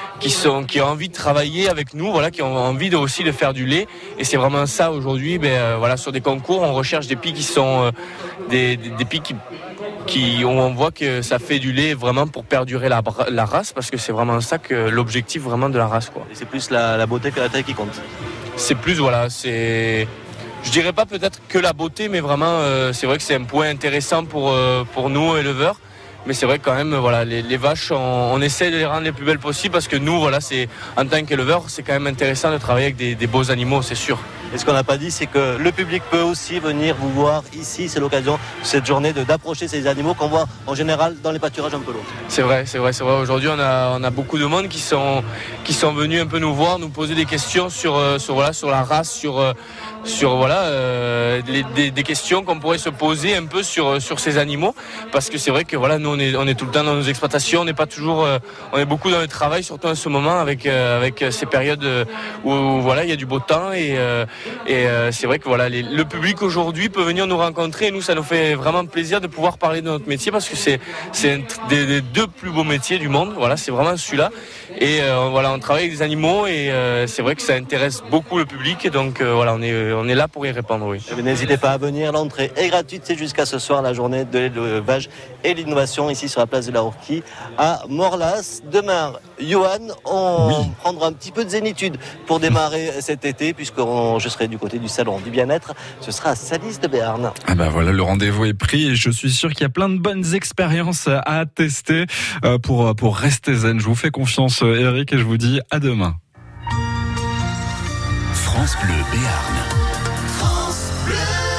ont envie de travailler avec nous, voilà, qui ont envie aussi de faire du lait. Et c'est vraiment ça aujourd'hui. Voilà, sur des concours, on recherche des pies qui sont des pies où on voit que ça fait du lait vraiment pour perdurer la race, parce que c'est vraiment ça que l'objectif vraiment de la race, quoi. Et c'est plus la beauté que la taille qui compte. C'est plus, voilà, je dirais pas peut-être que la beauté, mais vraiment c'est vrai que c'est un point intéressant pour nous éleveurs. Mais c'est vrai que quand même, voilà, les vaches, on essaie de les rendre les plus belles possibles, parce que nous, voilà, en tant qu'éleveurs, c'est quand même intéressant de travailler avec des beaux animaux, c'est sûr. Et ce qu'on n'a pas dit, c'est que le public peut aussi venir vous voir ici. C'est l'occasion de cette journée d'approcher ces animaux qu'on voit en général dans les pâturages un peu lourds. C'est vrai. Aujourd'hui, on a beaucoup de monde qui sont venus un peu nous voir, nous poser des questions sur la race, sur des questions qu'on pourrait se poser un peu sur ces animaux, parce que c'est vrai que voilà, nous on est tout le temps dans nos exploitations, on n'est pas toujours, on est beaucoup dans le travail, surtout en ce moment avec ces périodes où voilà, il y a du beau temps, et c'est vrai que voilà, le public aujourd'hui peut venir nous rencontrer, et nous ça nous fait vraiment plaisir de pouvoir parler de notre métier, parce que c'est un des 2 plus beaux métiers du monde. Voilà, c'est vraiment celui-là, et voilà, on travaille avec des animaux, et c'est vrai que ça intéresse beaucoup le public, et donc voilà, on est là pour y répondre, oui. N'hésitez pas à venir, l'entrée est gratuite, c'est jusqu'à ce soir la journée de l'élevage et l'innovation ici sur la place de la Rourquie à Morlas. Demain, Johan, on prendra un petit peu de zénitude pour démarrer cet été, puisque je serai du côté du salon du bien-être, ce sera à Salis de Béarn. Ah bah voilà, le rendez-vous est pris, et je suis sûr qu'il y a plein de bonnes expériences à tester pour rester zen. Je vous fais confiance, Eric, et je vous dis à demain. France Bleu Béarn. France Bleu.